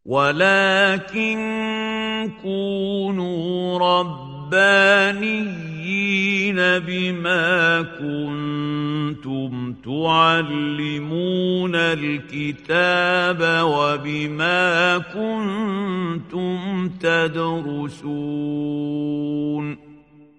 ولكن كونوا ربانيين بما كنتم تعلمون الكتاب وبما كنتم تدرسون.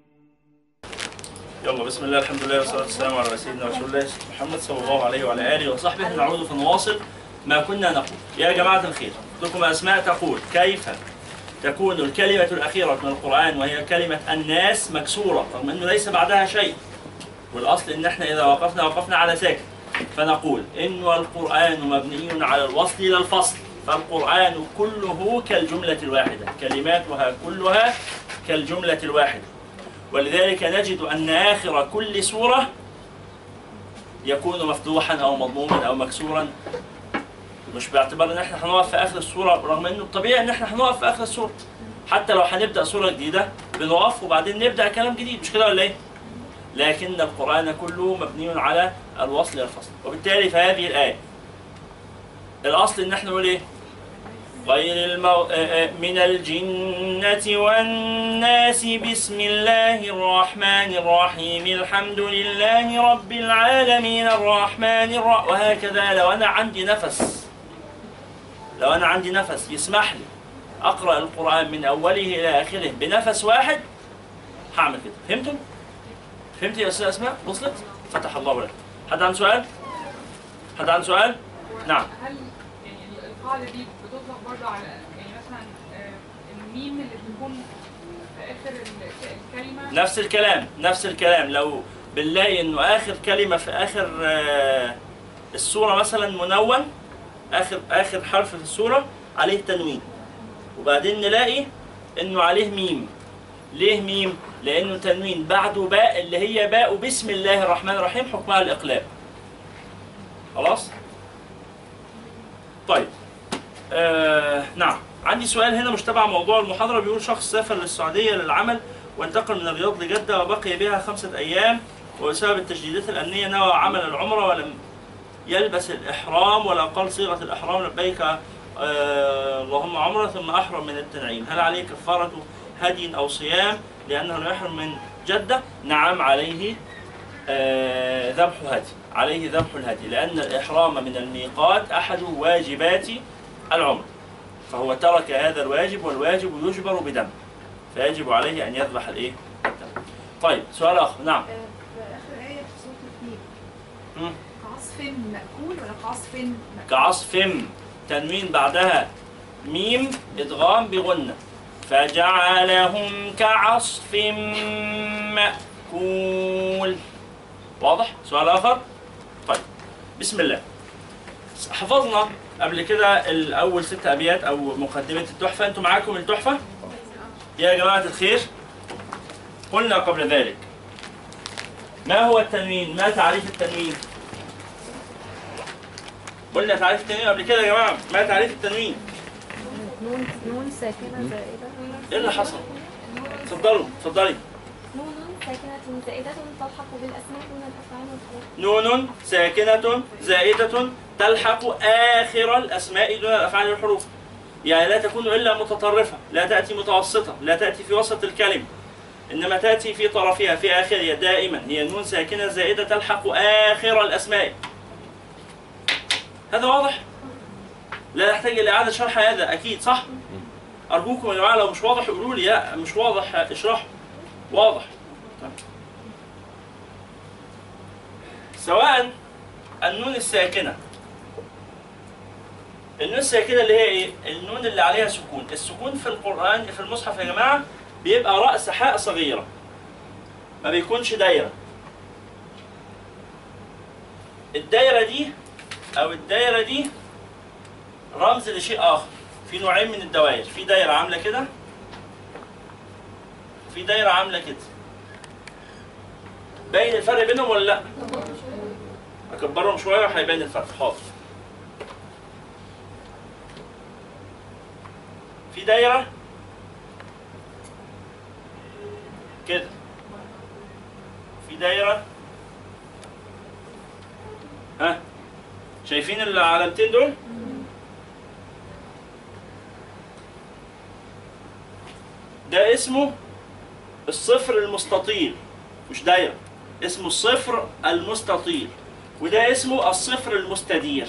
يلا بسم الله الحمد لله والصلاة والسلام على سيدنا رسول الله محمد صلى الله عليه وعلى آله وصحبه. نعود فنواصل ما كنا نقول. يا جماعة الخير، لكم أسماء تقول كيف تكون الكلمة الأخيرة من القرآن وهي كلمة الناس مكسورة رغم أنه ليس بعدها شيء، والأصل إن احنا إذا وقفنا على ساكن، فنقول إن القرآن مبني على الوصل إلى الفصل، فالقرآن كله كالجملة الواحدة، كلماتها كلها كالجملة الواحدة. ولذلك نجد أن آخر كل سورة يكون مفتوحا أو مضموما أو مكسورا، مش باعتبار ان احنا هنقف في اخر السوره، رغم انه الطبيعي ان احنا هنقف في اخر السوره. حتى لو هنبدا سوره جديده بنقف وبعدين نبدا كلام جديد، مش كده ولا ايه؟ لكن القران كله مبني على الوصل والفصل، وبالتالي فهذه الايه الاصل ان احنا نقول ايه؟ غير من الجنة والناس بسم الله الرحمن الرحيم الحمد لله رب العالمين الرحمن الرحيم، وهكذا. لو أنا عندي نفس يسمح لي أقرأ القرآن من أوله إلى آخره بنفس واحد هعمل كده. فهمتم؟ فهمت يا أستاذ أسماء؟ وصلت؟ فتح الله لك. حد عنده سؤال؟ نعم. هل يعني القاعدة دي بتطلق برضه على يعني مثلا الميم اللي بتكون في آخر الكلمة؟ نفس الكلام. لو بنلاقي إنه آخر كلمة في آخر السورة مثلا منون، آخر حرف في السورة عليه تنوين، وبعدين نلاقي إنه عليه ميم. ليه ميم؟ لأنه تنوين بعده باء اللي هي باء بسم الله الرحمن الرحيم، حكمها الإقلاب. خلاص؟ طيب. نعم. عندي سؤال هنا مش تبع موضوع المحاضرة. بيقول شخص سافر للسعودية للعمل وانتقل من الرياض لجدة وبقي بها 5 أيام، وبسبب التشديدات الأمنية نوى عمل العمرة ولم يلبس الإحرام ولا قال صيغة الإحرام لبيك اللهم عمرة ثم أحرم من التنعيم، هل عليه كفارة هدي أو صيام لأنه لم يحرم من جدة؟ نعم، عليه ذبح هدي، عليه ذبح الهدي، لأن الإحرام من الميقات أحد واجبات العمر، فهو ترك هذا الواجب، والواجب يجبر بدم، فيجب عليه أن يذبح الإيه؟ الدم. طيب سؤال آخر. نعم. في آخر آية في سورة الفيل كعصف مأكول ولا كعصف مأكول؟ كعصف، تنوين بعدها ميم إدغام بغنة، فجعلهم كعصف مأكول. واضح؟ سؤال آخر؟ طيب بسم الله. حفظنا قبل كده الأول 6 أبيات أو مقدمة التحفة. أنتم معاكم التحفة؟ يا جماعة الخير، قلنا قبل ذلك ما هو التنوين؟ ما تعريف التنوين؟ قلنا تعريف التنوين قبل كده يا جماعة. ما تعريف التنوين؟ نون ساكنة زائدة. إيه اللي حصل؟ اتفضلي. نون ساكنة زائدة تلحق بالأسماء دون الأفعال والحروف. نون ساكنة زائدة تلحق آخر الأسماء دون الأفعال والحروف، يعني لا تكون إلا متطرفة، لا تأتي متوسطة، لا تأتي في وسط الكلمة، إنما تأتي في طرفها في آخرها دائما. هي نون ساكنة زائدة تلحق آخر الأسماء. هذا واضح؟ لا يحتاج إلى إعادة شرح هذا، أكيد صح؟ أرجوكم يا جماعة لو مش واضح قولوا لي، لا مش واضح اشرحوا. واضح؟ سواء النون الساكنة، النون الساكنة اللي هي إيه؟ النون اللي عليها سكون. السكون في القرآن في المصحف يا جماعة بيبقى رأس حاء صغيرة، ما بيكونش دايرة. الدايرة دي رمز لشيء آخر. في نوعين من الدوائر، في دايرة عاملة كده، في دايرة عاملة كده. باين الفرق بينهم ولا لأ؟ أكبرهم شوية وهيبان الفرق. حاضر. في دايرة كده، في دايرة شايفين العلامتين دول؟ ده اسمه الصفر المستطيل، مش دايرة، اسمه الصفر المستطيل. وده اسمه الصفر المستدير.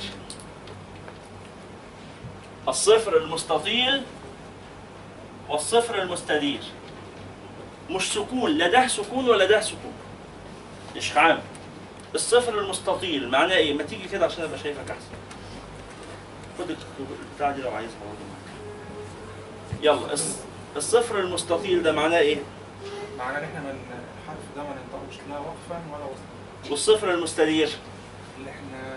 الصفر المستطيل والصفر المستدير مش سكون، لا ده سكون ولا ده سكون، إشعاع. الصفر المستطيل معناه إيه؟ ما تيجي كده عشان أبقى شايفك أحسن. خد البتاع دي لو عايزها برضه معاك. يلا الصفر المستطيل ده معناه إيه؟ معناه ان احنا الحرف ده ما ننطقوش لا وقفا ولا وصلا. والصفر المستدير اللي احنا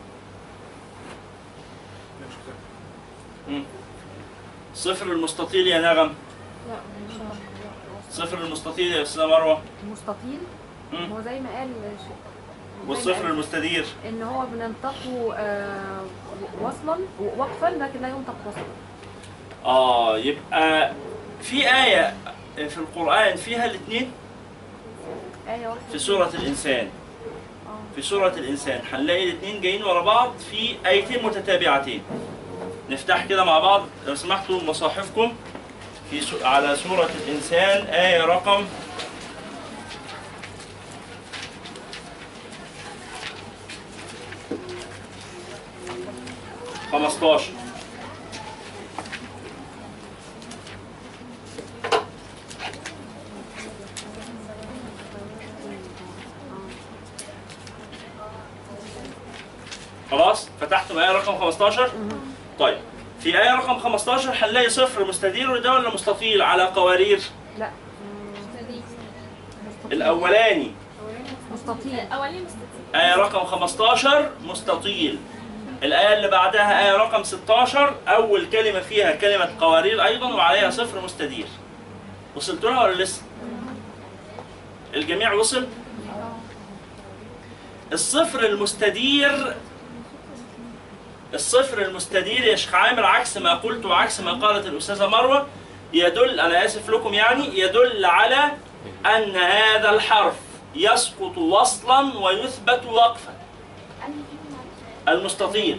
مش كده. الصفر المستطيل يا نغم. لا مش صفر المستطيل يا استاذه مروه. مستطيل هو زي ما قال والصفر المستدير ان هو بننطقه وصلا وقفا لكن لا ينطق وصلا. يبقى في آية في القرآن فيها الاثنين. آية واحدة في سورة الإنسان. في سورة الإنسان هنلاقي الاثنين جايين ورا بعض في آيتين متتابعتين. نفتح كده مع بعض لو سمحتوا مصاحفكم على سورة الإنسان آية رقم 15. خلاص فتحتم آية رقم 15. طيب في آية رقم 15 هنلاقي صفر مستدير وده ولا مستطيل على قوارير؟ لا الأولاني مستطيل. الأولاني مستطيل. آية رقم 15 مستطيل. الآية اللي بعدها آية رقم 16 أول كلمة فيها كلمة قوارير أيضا وعليها صفر مستدير. وصلت لها ولا لسه؟ الجميع وصل؟ الصفر المستدير، الصفر المستدير يا شيخ عامر عكس ما قلت وعكس ما قالت الأستاذة مروة، يدل، أنا آسف لكم يعني، يدل على أن هذا الحرف يسقط وصلا ويثبت وقفا. المستطيل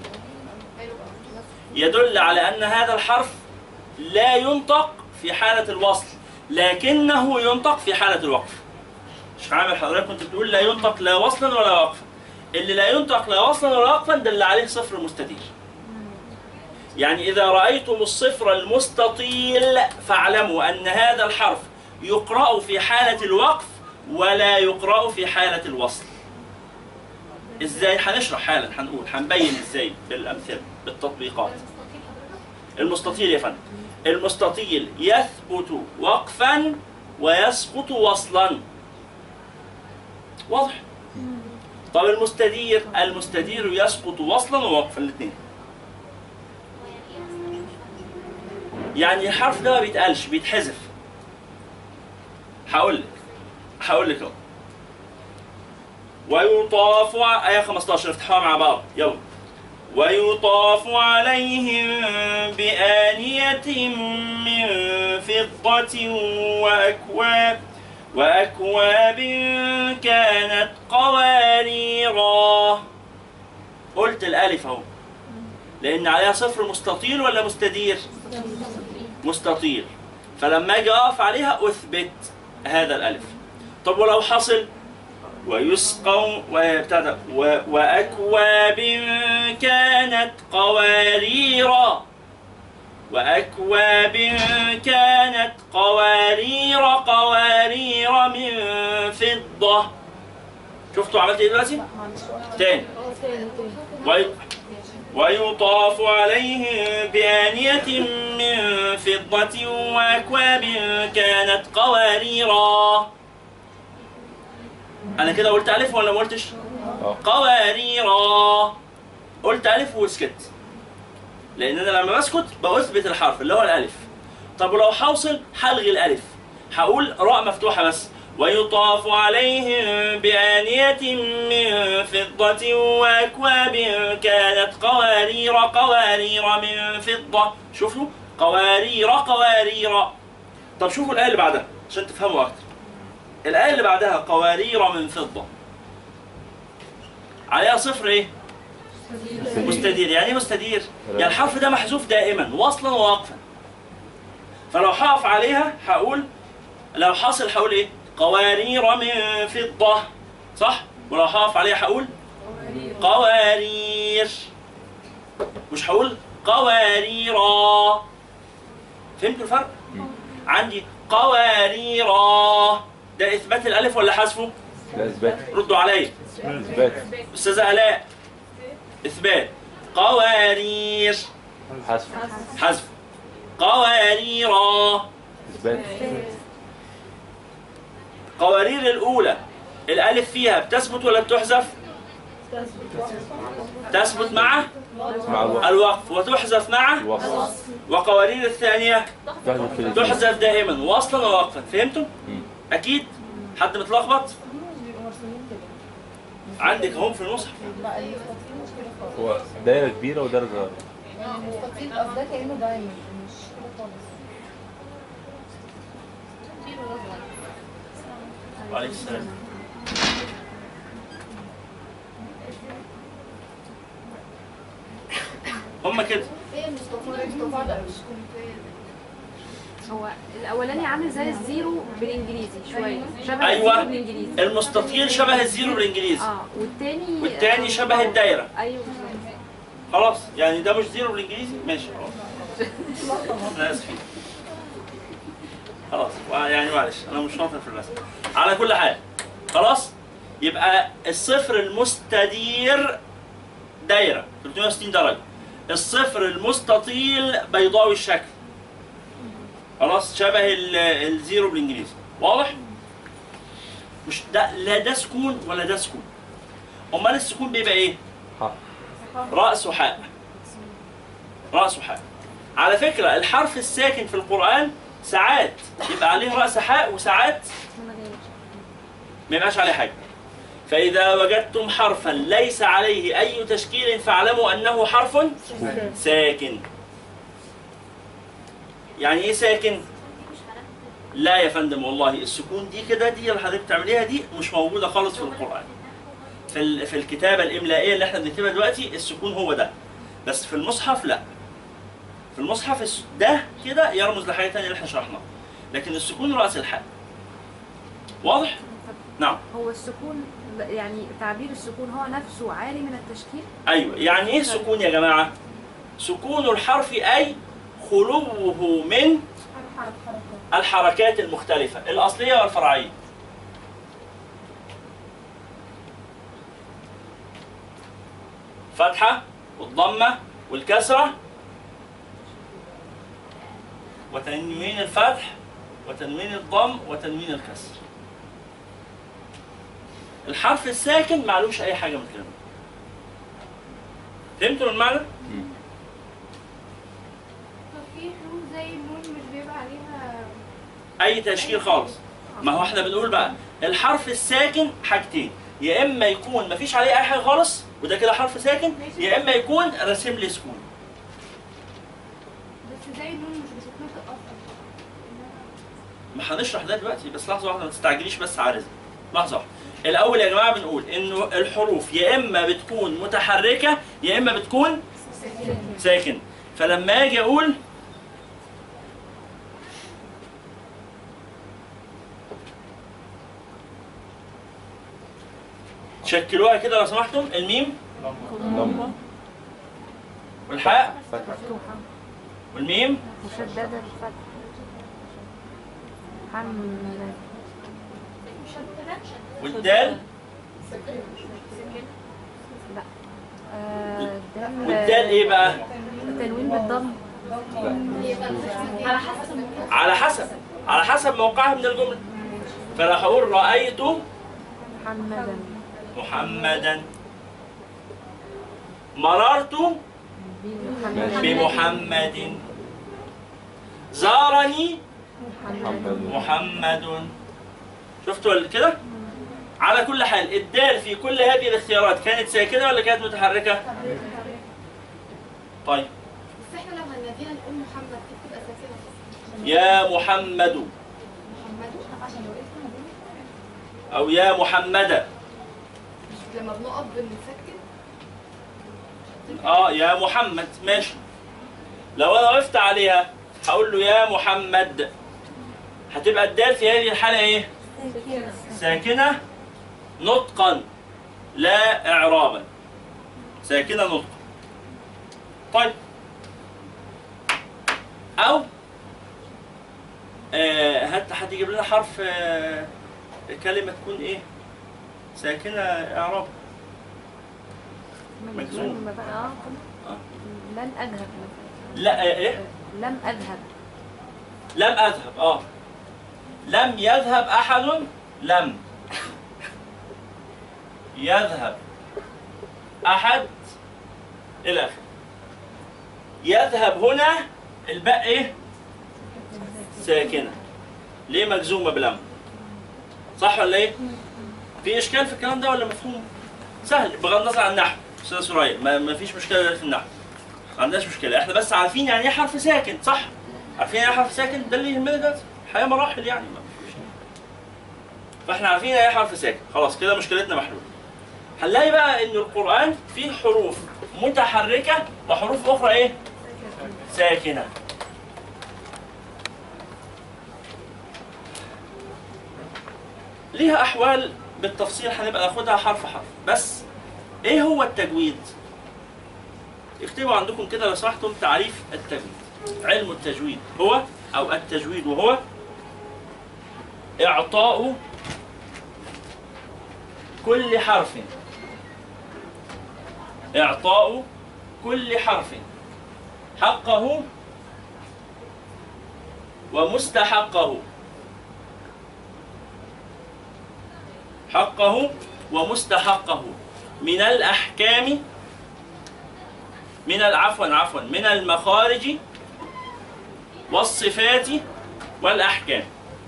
يدل على أن هذا الحرف لا ينطق في حالة الوصل لكنه ينطق في حالة الوقف. شيخ عامر حضرتك كنت بتقول لا ينطق لا وصلا ولا وقفا. اللي لا ينطق لا وصلا ولا وقفا دل عليه صفر مستدير. يعني إذا رأيتم الصفر المستطيل فاعلموا أن هذا الحرف يقرأ في حالة الوقف ولا يقرأ في حالة الوصل. إزاي؟ هنشرح حالا، هنقول، هنبين إزاي بالأمثلة بالتطبيقات. المستطيل يا فندم، المستطيل يثبت وقفا ويسقط وصلا. واضح؟ طب المستدير، المستدير يسقط وصلا ووقفا الاثنين. يعني الحرف ده ما بيتقالش، بيتحذف. هقول لك اهو. ويطاف آية 15 افتحوها مع بعض يلا. ويطاف عليهم بآنية من فضة وأكواب كانت قواريرا. قلت الألف اهو لأن عليها صفر مستطيل ولا مستدير؟ مستطيل. فلما أجي أقف عليها أثبت هذا الألف. طب ولو حصل ويسقوا وأكواب كانت قواريرا، وأكواب كانت قوارير من فضة. شفتوا عملت ايه دلوقتي؟ تاني. ويطاف عليهم بآنية من فضة وأكواب كانت قواريرا. أنا كده قلت ألف ولا ما قلتش؟ قواريرا. قلت ألف وسكت. لأن أنا لما بسكت بثبت الحرف اللي هو الألف. طب ولو حوصل هلغي الألف. هقول راء مفتوحة بس. ويطاف عليهم بآنية من فضة وأكواب كانت قوارير من فضة. شوفوا قوارير. طب شوفوا الآية اللي بعدها عشان تفهموا أكتر. الآية اللي بعدها قوارير من فضة عليها صفر إيه؟ مستدير. يعني إيه مستدير؟ يعني الحرف ده محذوف دائما وصلا ووقفا. فلو هقف عليها هقول، لو حاصل هقول ايه؟ قوارير من فضة، صح؟ ولو هقف عليها هقول قوارير، مش هقول قواريرا. فهمتوا الفرق؟ عندي قواريرا، ده اثبات الالف ولا حذفه؟ لا اثبات. ردوا عليا. اثبات. استاذه الاء، اثبات. قوارير حذف. حذف. قواريرا اثبات. قوارير الاولى الالف فيها بتثبت ولا بتحذف؟ تثبت مع الوقف وتحذف مع الوصل. وقوارير الثانيه تحذف دائما وصلا ووقفا. فهمتوا؟ اكيد؟ حد متلخبط؟ عندك اهم في المصحف هو دايره كبيره ودايره صغيره. المستطيل قصدها كأنه دايموند مش كده خالص. كبير ولا صغير؟ عليك السلام. هم كده. ايه المستطيل ده مش هو الاولاني عامل زي الزيرو بالانجليزي شويه، شبه أيوة. الزيرو بالانجليزي. المستطيل شبه الزيرو بالانجليزي. والتاني شبه الدايره. ايوه خلاص يعني ده مش زيرو بالانجليزي، ماشي خلاص. انا اسفين. خلاص يعني معلش انا مش شاطر في الرسم. على كل حال خلاص، يبقى الصفر المستدير دايره 360 درجه، الصفر المستطيل بيضاوي الشكل. خلاص شبه الزيرو بالانجليزي. واضح؟ مش ده، لا ده سكون ولا ده سكون. امال السكون بيبقى ايه؟ رأس وحاء. رأس وحاء. على فكرة الحرف الساكن في القرآن ساعات يبقى عليه رأس حاء وساعات ما يبقاش عليه حاجة. فإذا وجدتم حرفا ليس عليه أي تشكيل فاعلموا أنه حرف ساكن. يعني إيه ساكن؟ لا يا فندم والله السكون دي كده، دي اللي حضرتك بتعمليها دي مش موجودة خالص في القرآن. في الكتابة الإملائية اللي احنا بنكتبها دلوقتي السكون هو ده، بس في المصحف لا. في المصحف ده كده يرمز لحاجة تانية اللي احنا شرحناها، لكن السكون رأس الحاء. واضح؟ نعم. هو السكون يعني تعبير السكون هو نفسه عالي من التشكيل؟ أيوه، يعني إيه السكون يا جماعة؟ سكون الحرف أي خلوه من الحركات المختلفة الأصلية والفرعية. فتحة والضمة والكسرة وتنوين الفتح وتنوين الضم وتنوين الكسر. الحرف الساكن معلوش أي حاجة من الكلام. فهمتوا المعنى؟ طب في حروف زي النون مش بيبقى عليها أي تشكيل خالص. ما هو احنا بنقول بقى الحرف الساكن حاجتين، يا إما يكون مفيش عليه أي حاجة خالص وده كده حرف ساكن، يا إما يكون راسم لي سكون. بس زي النون مش بتتنطق اصلا. ما هنشرح ده دلوقتي، بس لحظة واحدة ما تستعجليش بس عارضة. لحظة واحدة. الأول يا جماعة بنقول إنه الحروف يا إما بتكون متحركة يا إما بتكون ساكن. فلما أجي أقول شكلوها كده لو سمحتم، الميم ضمة والحاء مفتوحة والميم مشددة الفتح حمد والدال لا والدال ايه بقى؟ التنوين بالضم على حسب موقعها من الجملة. فراح أقول رأيت محمدا محمدا، مررت بمحمد، زارني محمد. شفتوا كده؟ على كل حال الدال في كل هذه الاختيارات كانت ساكنة ولا كانت متحركة؟ طيب بس احنا لو هنناديها نقول محمد دي بتبقى ساكنه. يا محمد محمد عشان لو اسمها دي أو يا محمدة. مش لما بنقف بنسكت. يا محمد ماشي. لو أنا وقفت عليها هقول له يا محمد، هتبقى الدال في هذه الحالة ايه؟ ساكنة نطقا لا إعرابا، ساكنة نطقا. طيب أو حد يجيب لنا حرف كلمة تكون ايه؟ ساكنة إعراب مجزوم. لن أذهب. لا ايه؟ لم أذهب. لم أذهب. لم يذهب أحد. لم يذهب أحد إلى آخره. يذهب هنا الباء إيه؟ ساكنة. ليه مجزومة بلم؟ صح ولا إيه؟ في إشكال في الكلام ده ولا مفهوم؟ سهل بغض النظر عن النحو. أستاذ سوريا ما فيش مشكلة في النحو. ما عندناش مشكلة، إحنا بس عارفين يعني إيه حرف ساكن، صح؟ عارفين يعني إيه حرف ساكن؟ ده اللي يهمنا دلوقتي. الحياة مراحل يعني فاحنا عارفين ايه حرف ساكن، خلاص كده مشكلتنا محلوله. هنلاقي بقى ان القرآن فيه حروف متحركة وحروف اخرى ايه؟ ساكنة. ليها احوال بالتفصيل هنبقى ناخدها حرف حرف، بس ايه هو التجويد؟ اكتبوا عندكم كده لو سمحتم تعريف التجويد. علم التجويد هو او التجويد وهو إعطاء كل حرف حقه ومستحقه من الأحكام من المخارج والصفات والأحكام.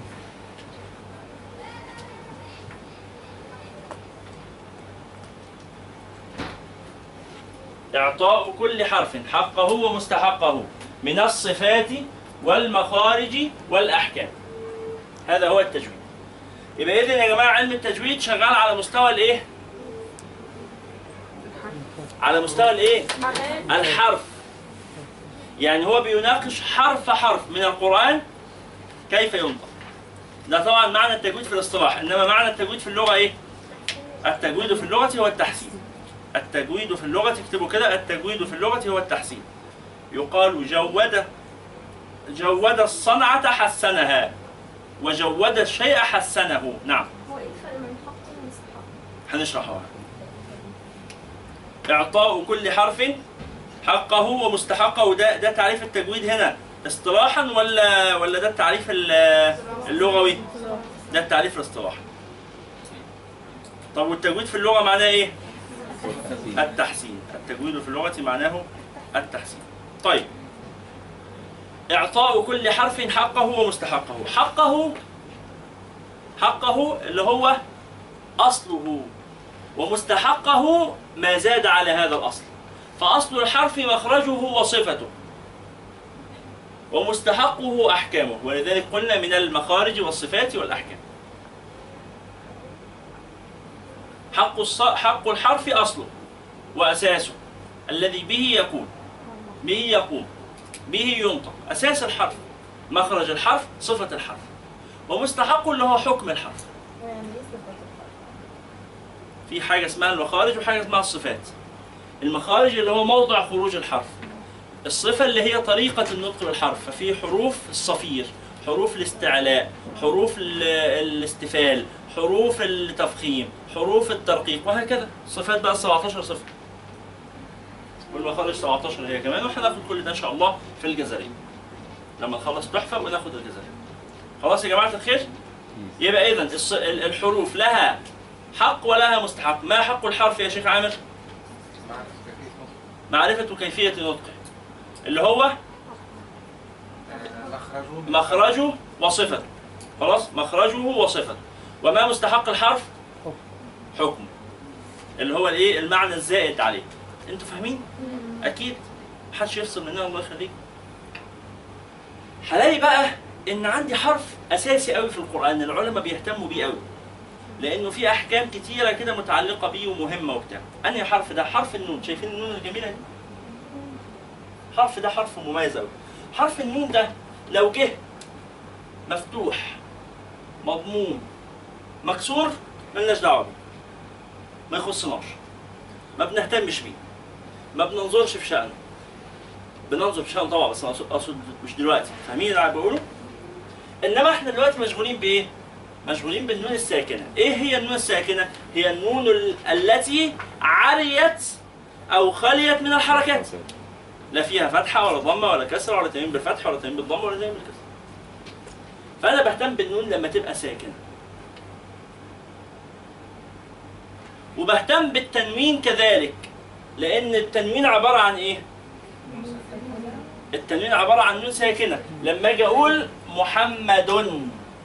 إعطاء كل حرف حقه ومستحقه من الصفات والمخارج والأحكام. هذا هو التجويد. يبقى إذن يا جماعة علم التجويد شغال على مستوى الإيه؟ على مستوى الإيه؟ الحرف. يعني هو بيناقش حرف حرف من القرآن كيف ينطق. ده طبعا معنى التجويد في الاصطلاح، إنما معنى التجويد في اللغة إيه؟ التجويد في اللغة هو التحسين. التجويد في اللغة، اكتبوا كده، التجويد في اللغة هو التحسين. يقال جود الصنعة حسنها، وجود الشيء حسنه. نعم. هو ايه الفرق بين حق ومستحق؟ هنشرحه. إعطاء كل حرف حقه ومستحقه، ده تعريف التجويد هنا اصطلاحا ولا ده التعريف اللغوي؟ ده التعريف الاصطلاحي. طب والتجويد في اللغة معناه ايه؟ التحسين. التجويد في اللغة معناه التحسين. طيب، إعطاء كل حرف حقه ومستحقه. حقه اللي هو أصله، ومستحقه ما زاد على هذا الأصل. فأصل الحرف مخرجه وصفته، ومستحقه أحكامه، ولذلك قلنا من المخارج والصفات والأحكام. حق الحرف أصله وأساسه الذي به يقوم به ينطق. أساس الحرف، مخرج الحرف، صفة الحرف. ومستحقه اللي هو حكم الحرف. في حاجة اسمها المخارج وحاجة اسمها الصفات. المخارج اللي هو موضع خروج الحرف. الصفة اللي هي طريقة النطق بالحرف، ففي حروف الصفير، حروف الاستعلاء، حروف الاستفال، حروف التفخيم، حروف الترقيق، وهكذا. الصفات بقى 17 صفة، والمخارج 17 هي كمان. وهناخد كل ده ان شاء الله في الجزرية لما نخلص تحفة وناخد الجزرية. خلاص يا جماعة الخير؟ يبقى إذن الحروف لها حق ولها مستحق. ما حق الحرف يا شيخ عامر؟ معرفة كيفية نطقه، اللي هو مخرجه وصفته. خلاص، مخرجه وصفته. وما مستحق الحرف؟ حكمه، اللي هو الايه؟ المعنى الزائد عليه. انتوا فاهمين؟ اكيد محدش يفصل مننا، الله يخليك. هلاقي بقى ان عندي حرف اساسي قوي في القرآن العلماء بيهتموا بيه قوي، لانه في احكام كتيره كده متعلقه بيه ومهمه وبتاع. انهي حرف ده؟ حرف النون. شايفين النون الجميله دي؟ الحرف ده حرف مميز قوي. حرف النون ده لو جه مفتوح مضموم مكسور ملناش دعوه بيه، ما يخصناش، ما بنهتمش بيه، ما بننظرش في شأنه. بننظر في شأنه طبعا بس انا اقصد مش دلوقتي، فاهمين اللي انا بقوله؟ انما احنا دلوقتي مشغولين بايه؟ مشغولين بالنون الساكنه. ايه هي النون الساكنه؟ هي النون التي عريت او خليت من الحركات، لا فيها فتحه ولا ضمه ولا كسره ولا تنوين بالفتحه ولا تنوين بالضمه ولا تنوين بالكسره. فانا بهتم بالنون لما تبقى ساكنه، وبهتم بالتنوين كذلك، لان التنوين عباره عن ايه؟ التنوين عباره عن نون ساكنه. لما اجي اقول محمد،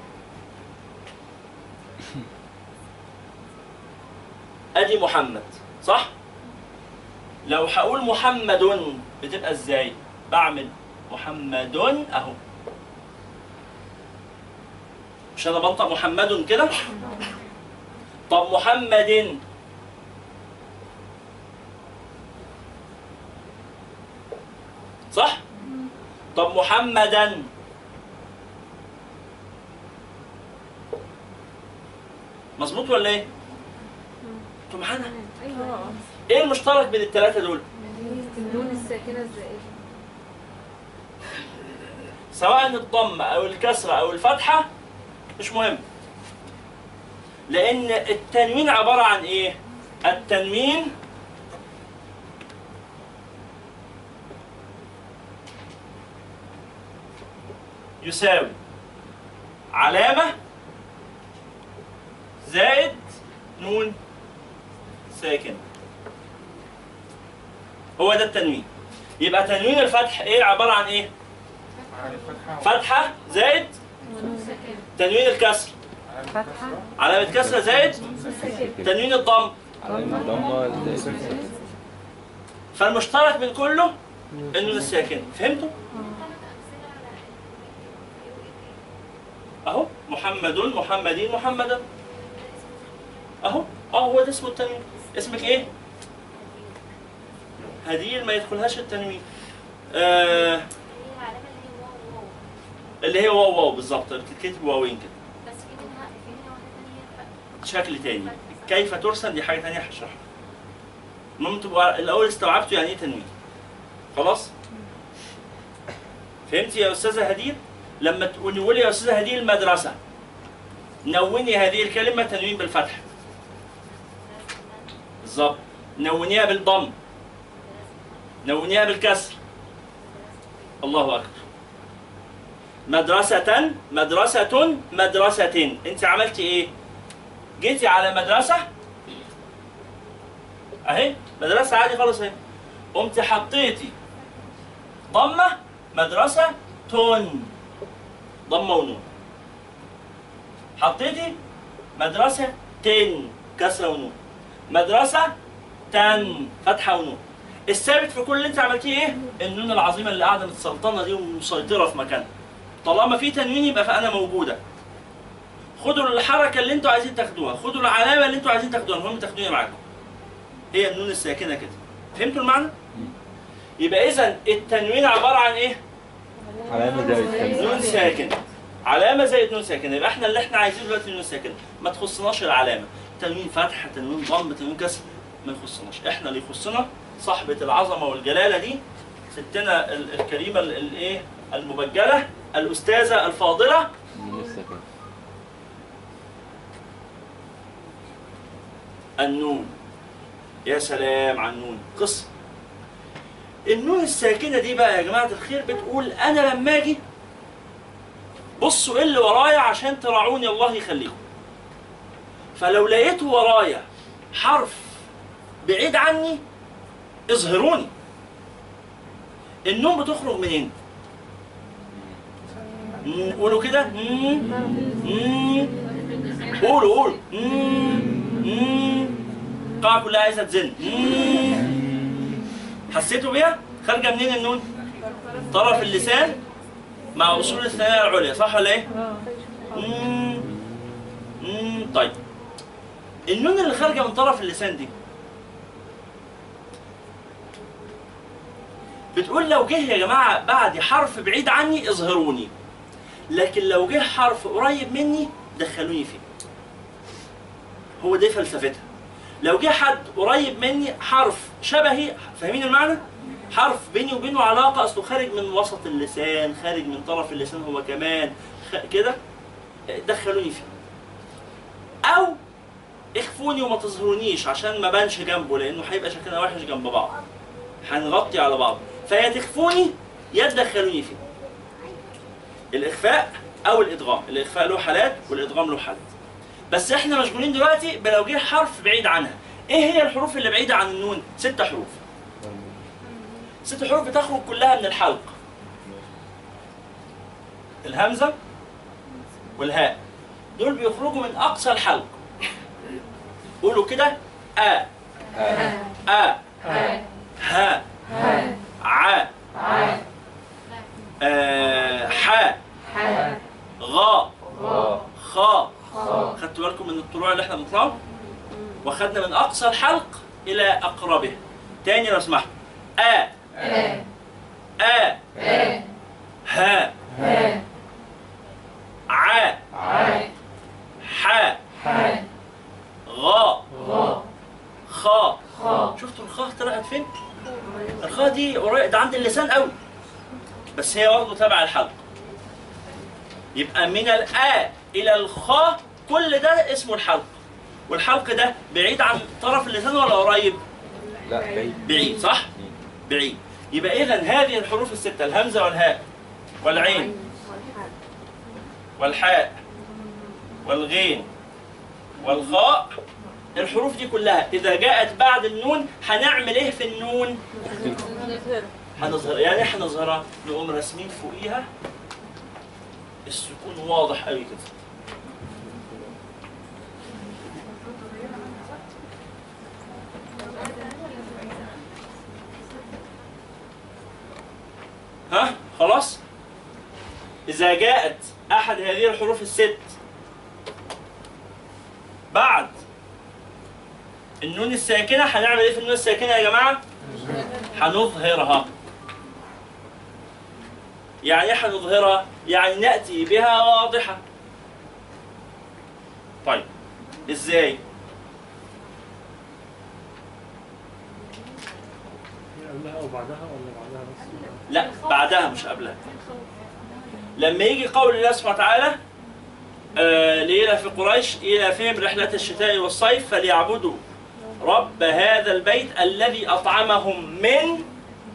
ادي محمد صح؟ لو هقول محمد بتبقى ازاي؟ بعمل محمد اهو، مش انا بنطق محمد كده؟ طب محمد صح؟ طب محمدا مظبوط ولا ايه؟ انتوا معانا؟ ايوه. ايه المشترك بين الثلاثه دول؟ النون الساكنه الزائده، سواء الضمه او الكسره او الفتحه مش مهم، لان التنوين عباره عن ايه؟ التنوين يساوي علامه زائد نون ساكن. هو ده التنوين. يبقى تنوين الفتح ايه؟ عباره عن ايه؟ فتحه زائد تنوين الكسر، علامه كسره زائد تنوين الضم. فالمشترك بين كله النون الساكن. فهمتوا؟ اهو محمد محمدين محمدا اهو. هو ده اسمه التنوين. اسمك ايه؟ هدير ما يدخلهاش التنوين. اللي هي واو واو بالظبط، بتتكتب واوين كده. بس في منها واحده ثانيه شكل تاني كيف ترسم دي حاجه تانيه هشرحها. المهم تبقوا الاول استوعبتوا يعني ايه تنوين. خلاص؟ فهمتي يا استاذه هدير؟ لما تقولي يا استاذه هدير المدرسه، نوني هذه الكلمه تنوين بالفتح. بالظبط. نونيها بالضم، نونيها بالكسر. الله اكبر. مدرسة مدرسة مدرسة. انت عملتي ايه؟ جيتي على مدرسة اهي، مدرسة عادي خالص اهي، قمت حطيتي ضمة مدرسة تون، ضمة ونون. حطيتي مدرسة تن كسرة ونون، مدرسة تن فتحة ونون. الثابت في كل اللي انت عملتيه ايه؟ النون العظيمة اللي قاعدة متسلطنة دي ومسيطرة في مكانها. طالما في تنوين يبقى فأنا موجودة. خدوا الحركة اللي انتوا عايزين تاخدوها، خدوا العلامة اللي انتوا عايزين تاخدوها، المهم تاخدوها معاكم. هي النون الساكنة كده. فهمتوا المعنى؟ يبقى إذا التنوين عبارة عن إيه؟ علامة زائد نون ساكنة. علامة زائد نون ساكنة. يبقى احنا اللي احنا عايزينه دلوقتي النون ساكنة، ما تخصناش العلامة. تنوين فتح، تنوين ضم، تنوين كسر، ما يخصناش. احنا اللي يخصنا صاحبة العظمة والجلالة دي، ستنا الكريمة الايه؟ المبجلة، الأستاذة الفاضلة. النون. يا سلام على النون. قصة النون الساكنة دي بقى يا جماعة الخير بتقول أنا لما أجي بصوا إيه اللي ورايا عشان تراعوني الله يخليكم. فلو لقيت ورايا حرف بعيد عني اظهروني. النون بتخرج منين؟ قولوا كده. قولوا القاعة كلها عايزة تزن. حسيتوا بيها؟ خارجة منين النون؟ طرف اللسان مع أصول الثنايا العليا، صح ولا إيه؟ طيب النون اللي خارجة من طرف اللسان دي بتقول لو جه يا جماعه بعد حرف بعيد عني اظهروني، لكن لو جه حرف قريب مني دخلوني فيه. هو دي فلسفتها. لو جه حد قريب مني حرف شبهي، فاهمين المعنى؟ حرف بيني وبينه علاقه، اصله خارج من وسط اللسان، خارج من طرف اللسان هو كمان كده، دخلوني فيه. او اخفوني وما تظهرونيش عشان ما بانش جنبه، لانه هيبقى شكلنا وحش جنب بعض، هنغطي على بعض. فيا تخفوني يا تدخلوني فيه. الاخفاء او الادغام، الاخفاء له حالات والادغام له حالات. بس احنا مشغولين دلوقتي بلو جه حرف بعيد عنها. ايه هي الحروف اللي بعيده عن النون؟ 6 حروف. 6 حروف بتخرج كلها من الحلق. الهمزه والهاء دول بيخرجوا من اقصى الحلق. قولوا كده: ا ا ها ع ح غا خا. خدتوا بالكم من الطلوع اللي احنا بنطلعه؟ واخدنا من اقصى الحلق الى اقربه. تاني لو سمحت: ا ا ها ع ح غا خا. شفتوا الخاء طلعت فين؟ الخاء دي قريب ده عند اللسان قوي، بس هي برضه تبع الحلق. يبقى من الآ إلى الخاء كل ده اسمه الحلق. والحلق ده بعيد عن طرف اللسان ولا قريب؟ لا بعيد. بعيد، صح؟ بعيد. يبقى إذا هذه الحروف ال6: الهمزة والهاء والعين والحاء والغين والخاء، الحروف دي كلها إذا جاءت بعد النون هنعمل إيه في النون؟ هنظهر. يعني إيه هنظهرها؟ نقوم راسمين فوقيها السكون واضح قوي كده. ها؟ خلاص؟ إذا جاءت أحد هذه الحروف ال6 بعد النون الساكنة هنعمل إيه في النون الساكنة يا جماعة؟ هنظهرها. يعني ايه هنظهرها؟ يعني نأتي بها واضحة. طيب ازاي؟ قبلها او بعدها ولا بعدها بس؟ لا بعدها مش قبلها. لما يجي قول الله سبحانه وتعالى: لإيلاف قريش إيلافهم رحلة الشتاء والصيف فليعبدوا رب هذا البيت الذي أطعمهم من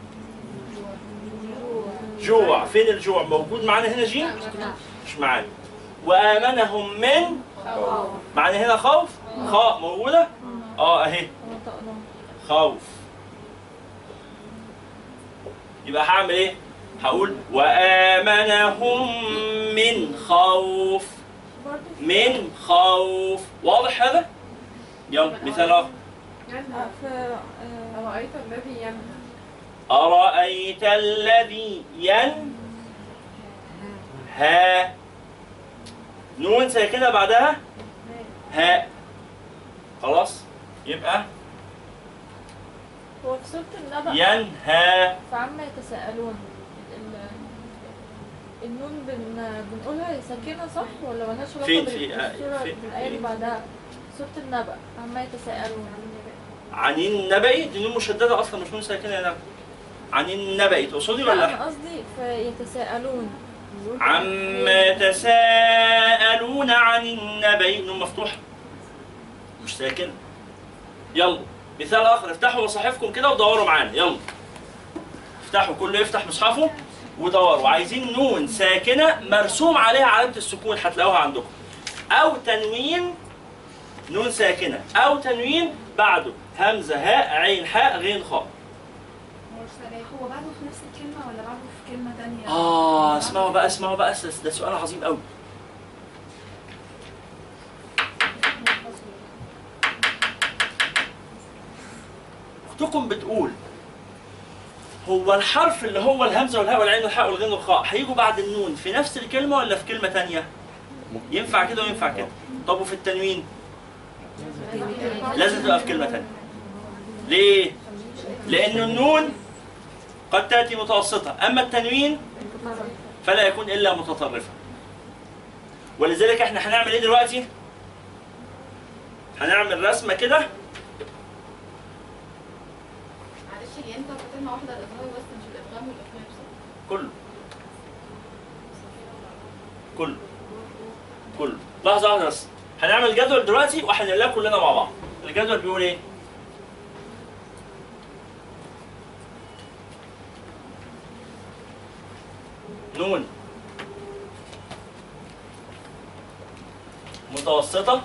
جوع. فين الجوع؟ موجود معانا هنا جيم؟ مش معانا. وآمنهم من معانا هنا خوف؟ خاء موجودة؟ اهي خوف. يبقى هعمل ايه؟ هقول وآمنهم من خوف. من خوف. واضح هذا؟ يلا مثال آخر. أرأيت الذي ينهى. أرأيت الذي ينهى. نون ساكنة بعدها هاء. خلاص؟ يبقى هو في سورة النبأ ينهى. فعما يتساءلون النون بنقولها ساكنة صح ولا مالهاش علاقة بالسورة بالآية اللي بعدها؟ سورة النبأ عما يتساءلون عن النبأ دي نون مشددة أصلا مش نون ساكنة يا نبأ. عن النبأ تقصدي ولا؟ لا أنا قصدي فيتساءلون. عما يتساءلون عن النبأ نون مفتوحة مش ساكنة. يلا مثال آخر. افتحوا مصاحفكم كده ودوروا معانا. يلا افتحوا، كله يفتح مصحفه ودوروا. عايزين نون ساكنة مرسوم عليها علامة السكون، هتلاقوها عندكم. أو تنوين، نون ساكنة أو تنوين بعده همزة هاء عين حاء غين خاء. هو بعده في نفس الكلمة ولا بعده في كلمة تانية؟ اسمعوا بقى اسمعوا بقى، ده سؤال عظيم قوي. اختكم بتقول هو الحرف اللي هو الهمزة والهاء والعين والحاء والغين والخاء هيجوا بعد النون في نفس الكلمة ولا في كلمة تانية؟ ينفع كده وينفع كده. طب وفي التنوين؟ لازم تبقى في كلمة تانية. ليه؟ لأن النون قد تأتي متوسطة، أما التنوين فلا يكون إلا متطرفا. ولذلك احنا هنعمل ايه دلوقتي؟ هنعمل رسمة كده. معلش هي انت كاتبنا واحده الاظهار بس مش الادغام والاخفاء بصراحه. كله لحظة واحدة بس. هنعمل جدول دلوقتي وهنقلها كلنا مع بعض. الجدول بيقول ايه؟ نون متوسطة،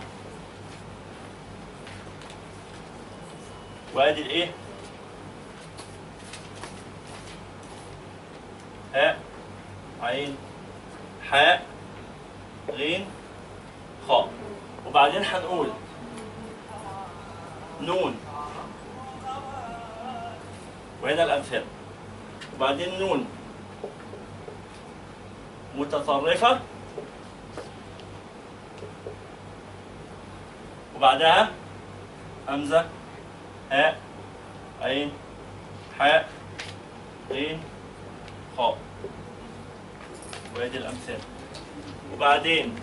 وادي الايه؟ هاء عين حاء غين خاء. وبعدين هنقول نون، وهنا الأمثلة. وبعدين نون متطرفة، وبعدها همزة هاء عين حاء غين خاء، وادي الأمثلة. وبعدين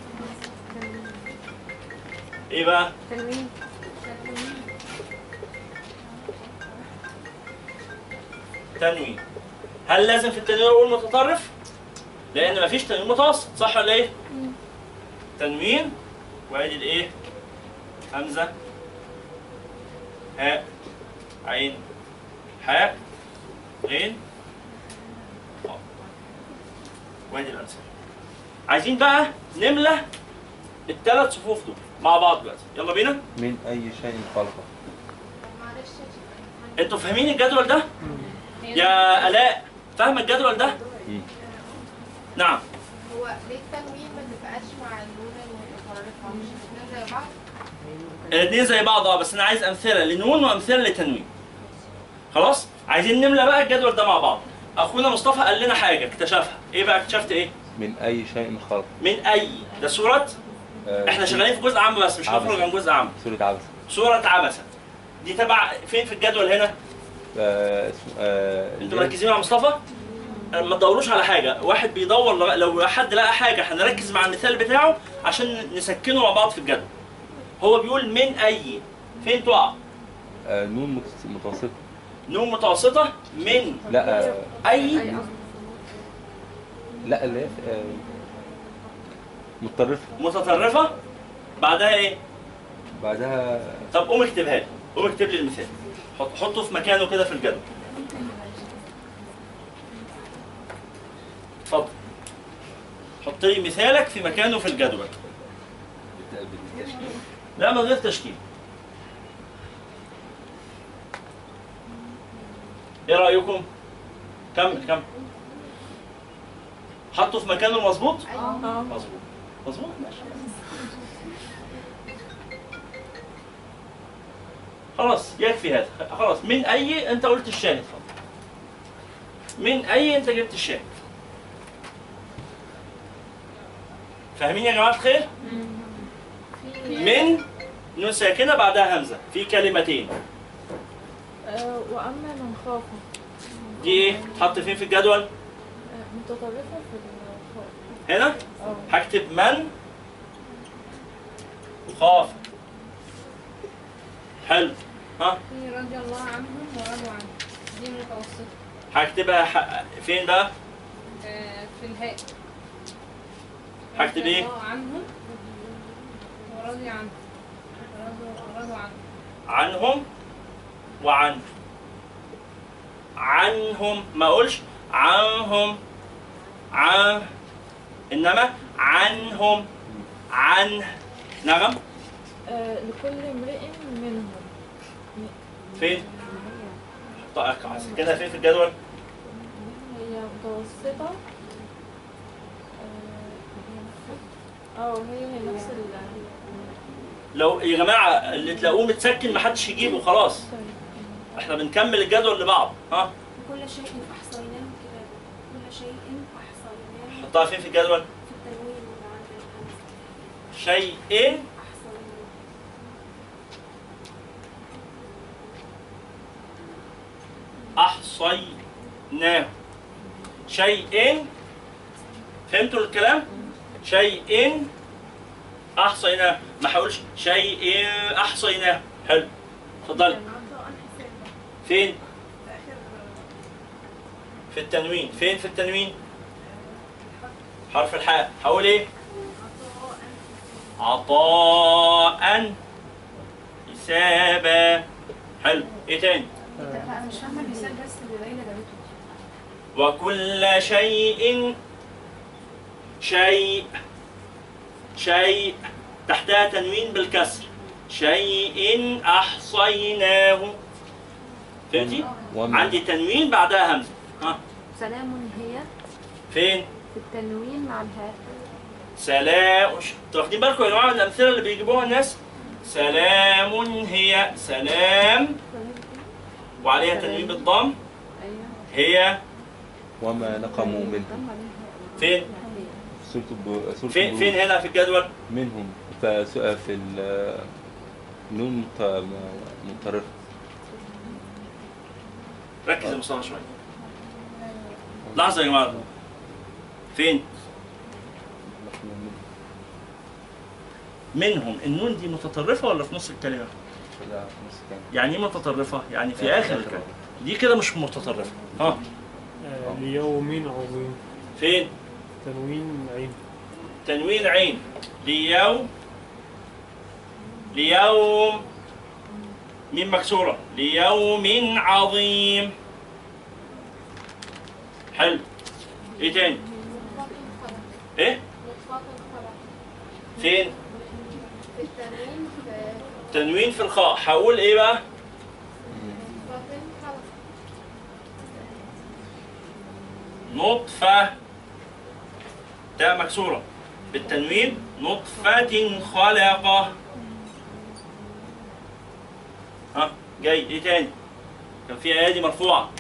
ايه بقى؟ تنوين. هل لازم في التنوين اقول متطرف؟ لأن مفيش تنوين متوسط، صح ولا ايه؟ تنوين، وادي الايه؟ همزة هاء عين حاء غين خاء، وادي الأمثلة. عايزين بقى نملى الثلاث صفوف دول مع بعض دلوقتي، يلا بينا. من أي شيء خلقه. معلش انتوا فاهمين الجدول ده؟ يا آلاء فاهمة الجدول ده؟ نعم. هو ليه التنوين ما تبقاش مع النون المتطرفه؟ مش الاثنين زي بعض؟ الاثنين زي بعض بس انا عايز امثله لنون وامثله لتنوين. خلاص؟ عايزين نملى بقى الجدول ده مع بعض. اخونا مصطفى قال لنا حاجه اكتشفها، ايه بقى اكتشفت ايه؟ من أي شيء خلقه. من أي، ده سورة احنا شغالين في جزء عام بس مش هنخرج عن جزء عام. سورة عبسة. سورة عبسة دي تبع فين في الجدول هنا؟ انتوا مركزين مع مصطفى؟ ما تدوروش على حاجة، واحد بيدور لو حد لقى حاجة هنركز مع المثال بتاعه عشان نسكنه مع بعض في الجدول. هو بيقول من أي، فين تقع؟ نون متوسطة. نون متوسطة من لا أي لا اللي هي متطرفة. متطرفة بعدها إيه؟ بعدها طب قوم اكتبها لي، قوم اكتب لي المثال، حطه في مكانه كده في الجدول. اتفضل حط لي مثالك في مكانه في الجدول. لا من غير تشكيل. ايه رأيكم؟ كمل حطه في مكانه المظبوط؟ مظبوط ماشي. خلاص يكفي هذا. خلاص من أي أنت قلت الشاهد. من أي أنت جبت الشاهد. فاهمين يا جماعة الخير؟ من نون ساكنة بعدها همزة في كلمتين. وأما من خاف. دي إيه؟ تحط فين في الجدول؟ متطرفة في الخاف. هنا؟ هكتب من خاف. حلو. ها؟ في رضي الله عنهم ورضوا عنه، دي متوسطة. هكتبها فين بقى؟ في الهاء. هكتب ايه؟ رضي الله عنهم ورضي عنه. رضوا عنه. عنهم وعنه. عنهم ما اقولش عنهم انما عنهم عن. نعم. لكل امرئ منهم. فين؟ كده فين في الجدول؟ هي متوسطة. هي نفس لو يا جماعة اللي تلاقوه متسكن محدش يجيبه خلاص. احنا بنكمل الجدول لبعض. ها؟ كل شيء أحصيناه كده. كل شيء أحصيناه. حطها فين في الجدول؟ في التنوين وعند الهمزة. شيء شيء. فهمتوا الكلام؟ شيء احصيناه. ما هقولش شيء احصيناه. حلو، اتفضلي. فين؟ في التنوين. فين في التنوين؟ حرف الحاء. هقول ايه؟ عطاء حسابا. حلو، ايه تاني؟ انا مش فاهمه المثال بس اللي ليلى جابته. وكل شيء. شيء تحتها تنوين بالكسر. شيء احصيناه. فهمتي؟ عندي تنوين بعدها همزه. ها، سلام هي. فين؟ في التنوين مع الهاء. سلام. واخدين بالكم يا جماعه من الامثله اللي بيجيبوها الناس؟ سلام هي. سلام وعليها تنوين بالضم. هي. وما نقموا منهم. فين؟ فين هنا في الجدول؟ منهم في النون مضطرفة. ركز يا مصطفى شوية. لحظة يا جماعة. فين؟ منهم. النون دي متطرفة ولا في نص الكلمة؟ لا، في نص الكلمة. يعني ايه متطرفة؟ يعني في آخر الكلمة. دي كده مش متطرفة. ها؟ ليوم عظيم. فين؟ تنوين عين. تنوين عين. ليوم ميم مكسورة. ليوم عظيم. حلو. ايه تاني؟ ايه؟ فين؟ في التنوين تنوين في الخاء. هقول ايه بقى؟ نطفة. تاء مكسورة بالتنوين. نطفة خلقة. ها، جاي ايه تاني؟ كان في ايادي مرفوعة.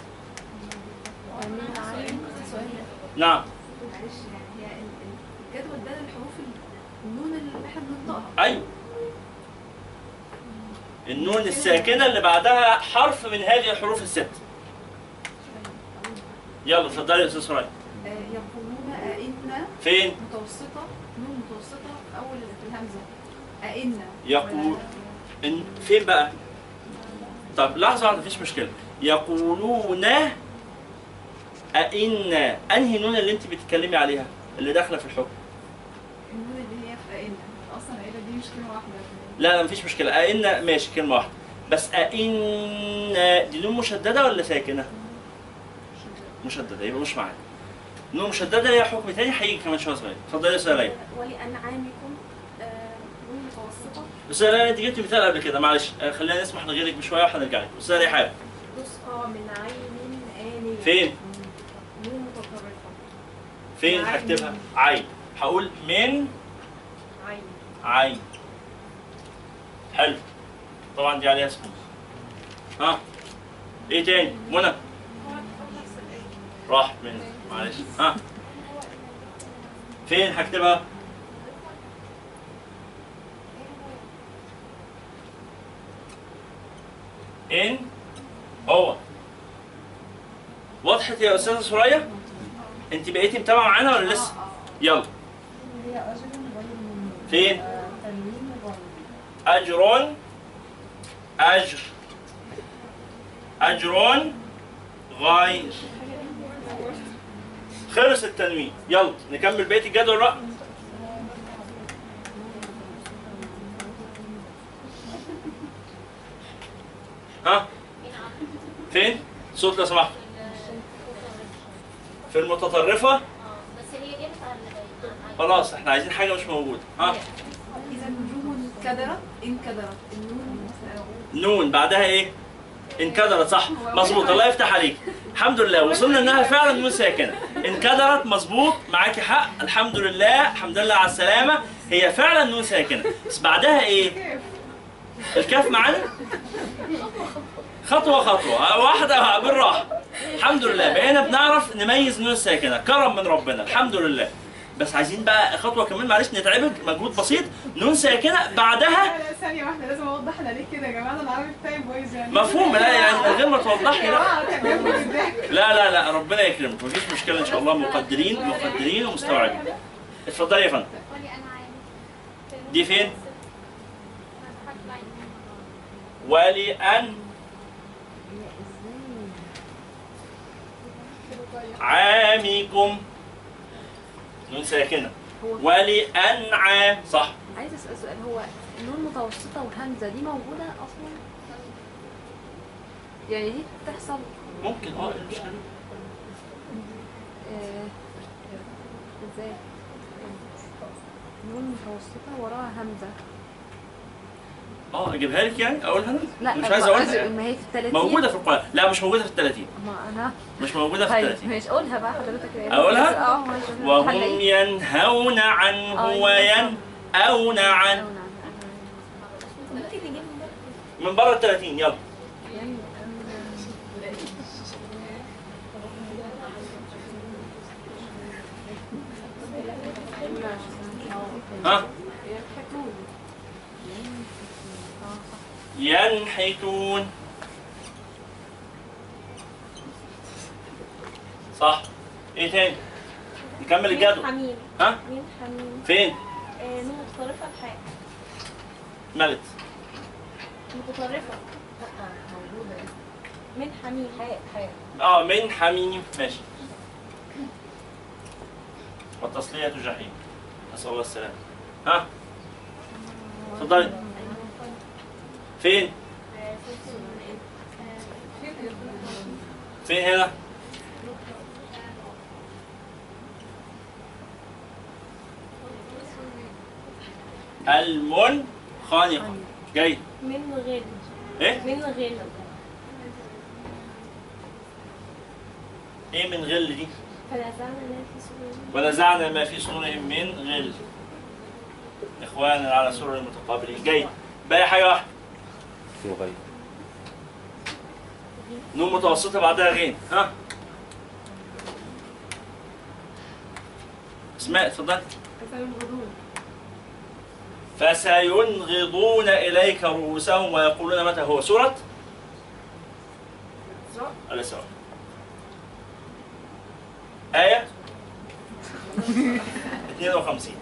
نعم. معلش يعني هي الجدول ده الحروف النون اللي احنا بننطقها. ايوه، النون الساكنة اللي بعدها حرف من هذه الحروف الست. يلا اتفضلي يا استاذ سرايا. يقولون أئنا. فين؟ متوسطة. نون متوسطة في أول في الهمزة. أئنا. يقول فين بقى؟ طب لحظة واحدة، مفيش مشكلة. يقولون أئنا. أنهي نون اللي أنت بتتكلمي عليها؟ اللي داخلة في الحكم. النون اللي هي في أئنا. أصلا أئنا دي مش كلمة واحدة. لا مفيش مشكلة. أئنا ماشي كلمة واحدة. بس أئنا دي نون مشددة ولا ساكنة؟ مشددة، يبقى مش معانا. نون مشددة ليها حكم تاني هيجي كمان شوية صغير. اتفضلي يا أستاذة ليلى. ولأنعامكم نون متوسطة. أستاذة ليلى أنت جبتي مثال قبل كده، معلش خلينا نسمح لغيرك بشوية وهنرجع لك. أستاذة ريحان. تسقى من عين آنية. فين؟ نون متطرفة. فين هكتبها؟ عين. هقول من عين. حلو. طبعا دي عليها سكون. ها؟ ايه تاني؟ منى. راح منى، معلش. ها؟ فين هكتبها؟ إن هو. وضحت يا أستاذة سرايا؟ أنت بقيتي متابعة معانا ولا لسه؟ يلا. فين؟ أجر. أجر غير. خلص التنوين. يلا نكمل بقية الجدول بقى. ها؟ فين؟ صوت لو سمحت. في المتطرفة؟ بس هي دي خلاص احنا عايزين حاجة مش موجودة. ها؟ إذا نجوم انكدرت. انكدرت. نون بعدها ايه؟ انكدرت. صح، مظبوط. الله يفتح عليك. الحمد لله وصلنا انها فعلا نون ساكنه. انكدرت مظبوط، معاكي حق. الحمد لله، الحمد لله على السلامه. هي فعلا نون ساكنه، بس بعدها ايه؟ الكاف معانا؟ خطوه خطوه، واحده بالراحه. الحمد لله بقينا بنعرف نميز نون ساكنه. كرم من ربنا، الحمد لله. بس عايزين بقى خطوه كمان، معلش نتعبك مجهود بسيط. نون ساكنه بعدها لا ثانية واحدة، لازم اوضح انا ليه كده يا جماعة، انا العربي بتاعي بايظ يعني. مفهوم، لا يعني من غير ما توضحي يا لا. جماعة كان جنبي بالضحك. لا ربنا يكرمك، مفيش مشكله ان شاء الله، مقدرين ومستوعبين. اتفضلي يا فندم. دي فين؟ ولأن عامكم نون ساكنة ولأنعام صح. عايز اسال سؤال، هو النون متوسطه والهمزه دي موجوده اصلا؟ يعني دي بتحصل ممكن المشكلة ازاي؟ نون متوسطه وراها همزه. اجيبها لك يعني اقولها انا؟ لا مش عايز اقولها يعني. ما هي في ال 30 موجودة في القرآن. لا مش موجودة في ال 30. ما انا مش موجودة في ال 30. ماشي قولها بقى حضرتك. اقولها؟ ماشي. وهم ينهون عنه وينأون عنه. من بره ال 30 يلا. ها؟ ينحتون صح. ايه تاني؟ نكمل الجدول. حميم. ها؟ مين حميم؟ فين؟ نون متطرفة الحاء. ملت. متطرفة. موجودة. من حميم. حاء. من حميم ماشي. والتصلية جحيم. نسأل الله السلامة. ها؟ اتفضلي. فين؟ فين هنا؟ المنخنقة. جاي. من غل. ايه؟ من غل. ايه من غل دي؟ فنزعنا ما في صدورهم. ونزعنا ما في صدورهم من غل. اخوانا على سرر متقابلين. جاي. باقي حاجة واحدة. يغير. نون متوسطة بعدها غين. ها؟ اسماء اتفضلي. فسينغضون إليك رؤوسهم ويقولون متى هو. سورة الإسراء. آية 52.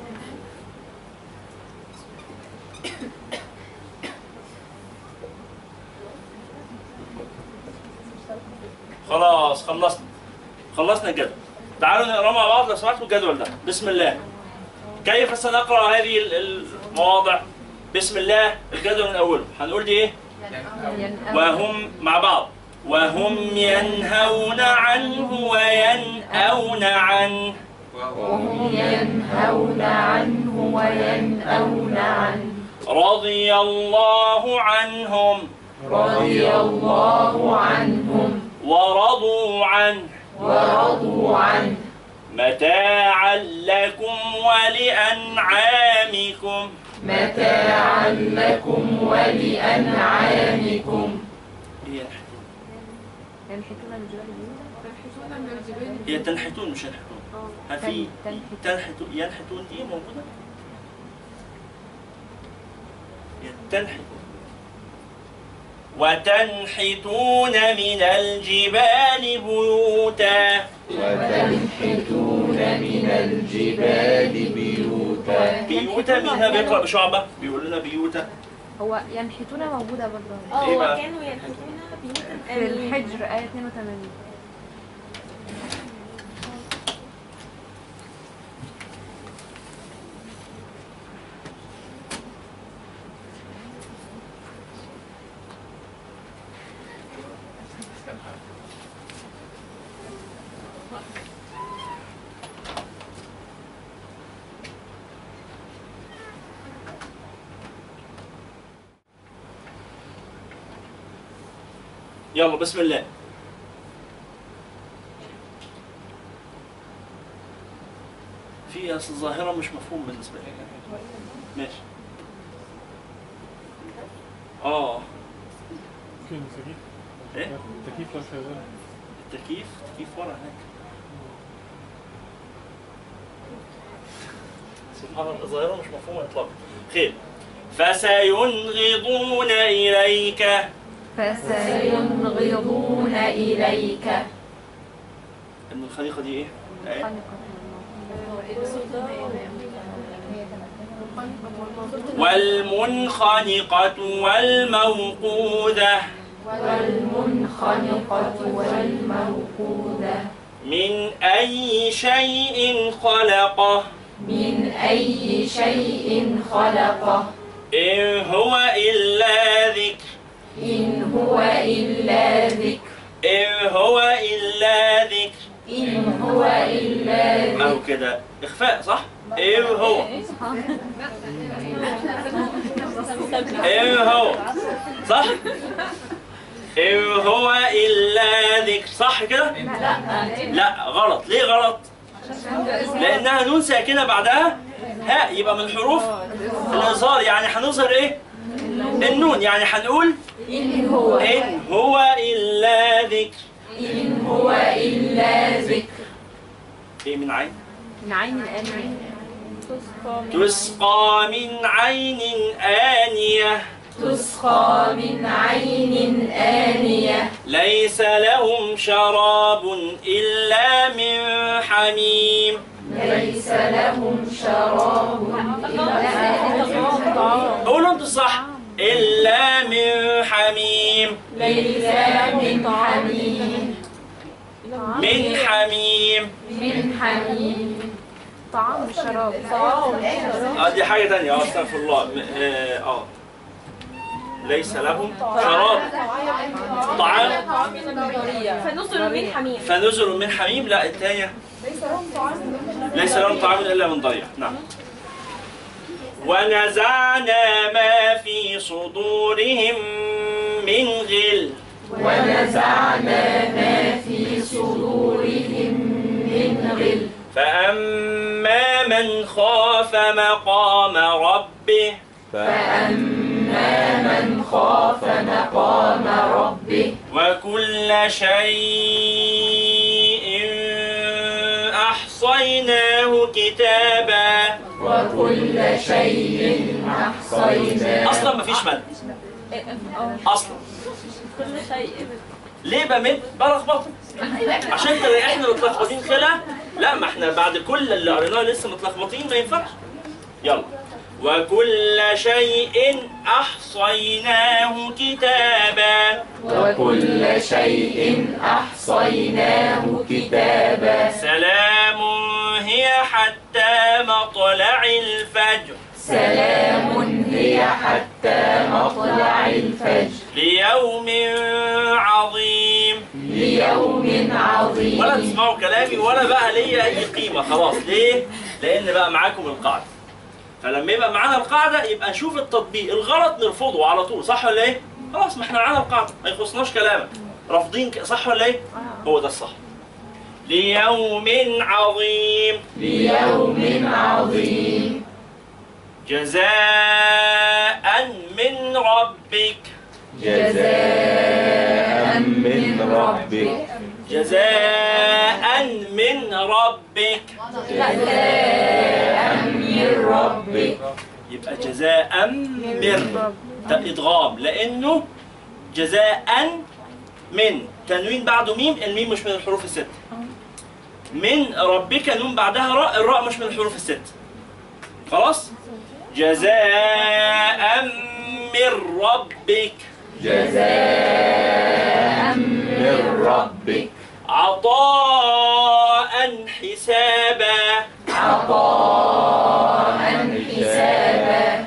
خلاص خلصنا الجدول. تعالوا نقرا مع بعض لو سمحتوا الجدول ده. بسم الله. كيف سنقرا هذه المواضع؟ بسم الله. الجدول من اوله هنقول دي ايه؟ وهم مع بعض. وهم ينهون عنه وينأون عنه. وهم ينهون عنه وينأون عنه. رضي الله عنهم. رضي الله عنهم. ورضوا عنه. ورضوا عنه. متاعا لكم ولأنعامكم. متاعا لكم ولأنعامكم. ينحتون من الجبال بيوتا. هي تنحتون مش ينحتون. هل في ينحتون دي موجودة؟ تنحتون. وتنحتون من الجبال بيوتا. وتنحتون من الجبال بيوتا. بيوتا مين هذا بيقرأ بشعبة؟ بيقول لنا بيوتا. هو ينحتون موجودة برضه. إيه بقى؟ كانوا ينحتون بيوتا في الحجر آية 82. يلا بسم الله. في اصل الظاهرة مش مفهوم بالنسبة لي. ماشي. ممكن التكييف. ايه؟ التكييف لو شغال. التكييف ورا هناك. سبحان الله ظاهرة مش مفهومة إطلاقا. خير. فسينغضون إليك. فسينغضون إليك. إن الخليقة دي إيه؟ والمنخنقة والموقوذة. والمنخنقة والموقوذة. من أي شيء خلقه. من أي شيء خلقه. إن هو إلا ذكر. إن هو إلا ذكر. إن هو إلا ذكر. إن هو إلا ذكر. أو كده إخفاء صح؟ إن هو. إن هو صح؟ إن هو إلا ذكر صح كده؟ لا غلط. ليه غلط؟ لأنها نون ساكنة بعدها هاء، يبقى من حروف الإظهار. يعني هنظهر إيه؟ النون. يعني هنقول إن هو إلا ذكر. إن هو إلا ذكر. إيه من عين؟ من عين الآن. تسقى من عين آنية. تسقى من عين آنية. ليس لهم شراب إلا من حميم. ليس لهم شراب إلا. قولوا انتوا صح. إلا من حميم. ليس من حميم. من حميم. من حميم. طعام الشراب. دي حاجة تانية. استغفر الله. ليس لهم شراب طعام. فنزل من حميم. فنزل من حميم. لا الثانية ليس لهم طعام إلا من ضريع. نعم. ونزعنا ما في صدورهم من غل. ونزعنا ما في صدورهم من غل. فأما من خاف مقام ربه. فأما من خاف مقام ربه. وكل شيء أحصيناه كتابا. وكل شيء أحصيناه. أصلا مفيش مد. أصلا كل شيء. ليه بمد؟ بلخبطه عشان كده احنا متلخبطين خلع. لا ما احنا بعد كل اللي قريناه لسه متلخبطين ما ينفعش. يلا. وكل شيء أحصيناه كتابا. وكل شيء أحصيناه كتابا. سلام هي حتى مطلع الفجر. سلام هي حتى مطلع الفجر. ليوم عظيم. ليوم عظيم. ولا تسمعوا كلامي ولا بقى ليا أي قيمة خلاص. ليه؟ لأن بقى معاكم القاعدة. فلما يبقى معانا القاعدة يبقى نشوف التطبيق. الغلط نرفضه على طول صح ولا ايه؟ خلاص ما احنا معانا القاعدة ما يخصناش كلامك. رافضين صح ولا ايه؟ هو ده الصح. ليوم عظيم. ليوم عظيم. جزاء من ربك. جزاء من ربك. جزاء من ربك. جزاء من ربك. يبقى جزاء من ده إدغام لأنه جزاء من تنوين بعده ميم. الميم مش من الحروف الست. من ربك نون بعدها راء. الراء مش من الحروف الست. خلاص. جزاء من ربك. جزاء من ربك. عطاء حسابا. عطاء حسابا.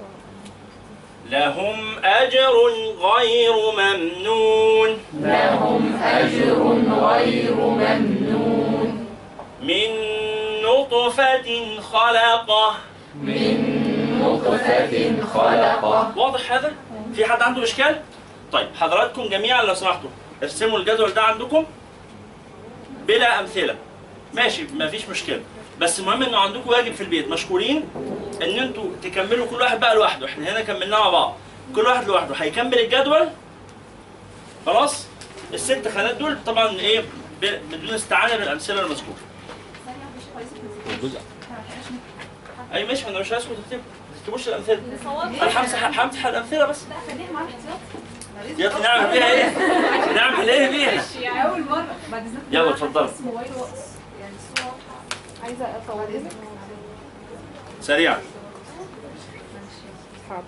لهم أجر غير ممنون. لهم أجر غير ممنون. من نطفة خلقه. من نطفة خلقه. واضح هذا؟ في حد عنده إشكال؟ طيب حضراتكم جميعا لو سمحتوا ارسموا الجدول ده عندكم بلا أمثلة. ماشي مفيش مشكلة. بس المهم انه عندكم واجب في البيت. مشكورين ان انتوا تكملوا كل واحد بقى لوحده. احنا هنا كملناه مع بعض. كل واحد لوحده هيكمل الجدول. خلاص؟ الست خانات دول طبعا ايه بدون استعانة بالأمثلة المذكورة. اي ماشي، انا مش عايزكم تكتبوا، ما تكتبوش الامثله. انا همسح الامثله بس. لا خليها معانا احتياط. يا اخي نعمل بيها ايه؟ نعمل ايه بيها؟ اول مره بعد اذنك. يلا اتفضل. موبايل واتس يعني الصوره عايزه اطولها سريعا. حاضر.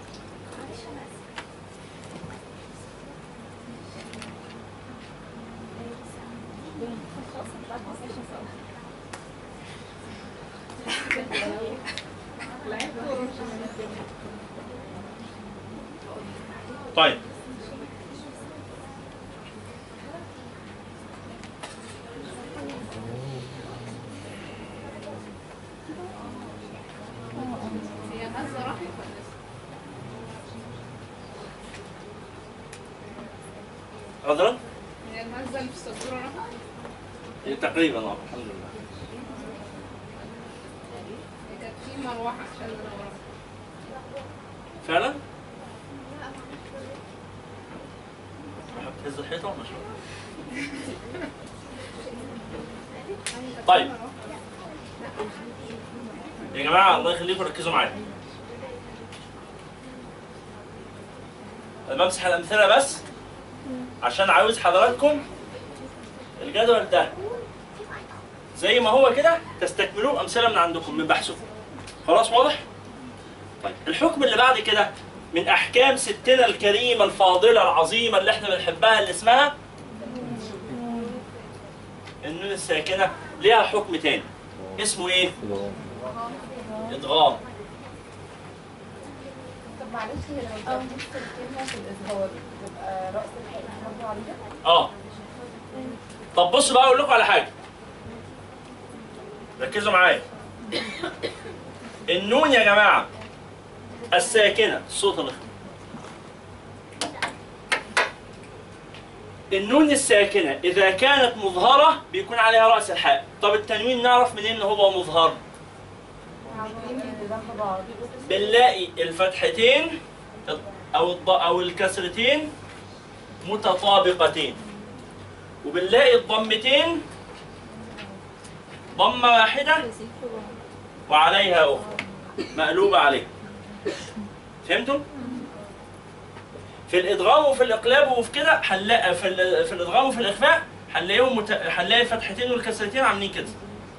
طيب هي هزه راحت عذرا هي الهزه اللي في السبوره راحت. تقريبا الحمد لله. كانت في مروحه عشان انا وراها. فعلا؟ هتهز الحيطه ولا شو؟ طيب يا جماعه الله يخليكم ركزوا معايا. انا بمسح الامثله بس عشان عاوز حضراتكم الجدول ده زي ما هو كده تستكملوه امثله من عندكم من بحثكم. خلاص واضح؟ طيب الحكم اللي بعد كده من احكام ستنا الكريمه الفاضله العظيمه اللي احنا بنحبها اللي اسمها النون الساكنه، ليها حكم تاني اسمه ايه؟ ادغام. طب معلش هي لو نفس الكلمه في الاظهار تبقى راس الحاء برضه عليها؟ طب بصوا بقى اقول لكم على حاجه، ركزوا معايا. النون يا جماعه الساكنه الصوت اللي النون الساكنه اذا كانت مظهره بيكون عليها راس الحاء. طب التنوين نعرف منين ان هو مظهر؟ بنلاقي الفتحتين او الكسرتين متطابقتين، وبنلاقي الضمتين ضمه واحده وعليها اخرى مقلوبه عليها. فهمتم؟ في الادغام وفي الاقلاب وفي كده هنلاقي في الادغام وفي الاخفاء هنلاقي الفتحتين والكسرتين عاملين كده.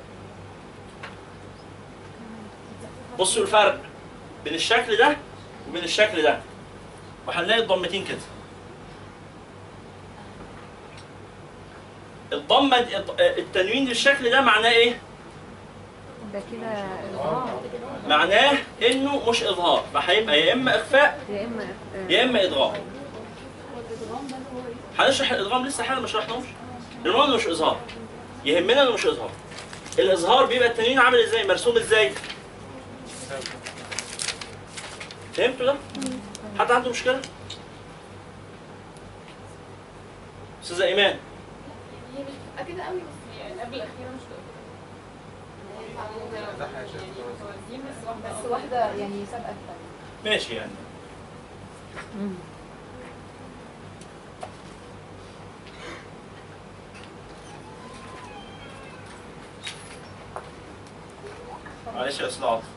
بصوا الفرق بين الشكل ده وبين الشكل ده، وهنلاقي الضمتين كده. الضمه التنوين بالشكل ده معناه ايه؟ ده كده إظهار. معناه انه مش اظهار، فهيبقى يا اما اخفاء يا اما ادغام. هنشرح الادغام لسه حالا ما شرحناهوش. المهم انه مش اظهار، يهمنا انه مش اظهار. الاظهار بيبقى التنوين عامل ازاي؟ مرسوم ازاي؟ فهمتوا ده؟ حد عنده مشكله؟ استاذه ايمان. هي مش بتبقى كده قوي بس يعني قبل الاخيره مش بس واحده يعني سابقه الثانيه. ماشي يعني. معلش يا استاذ عاطف.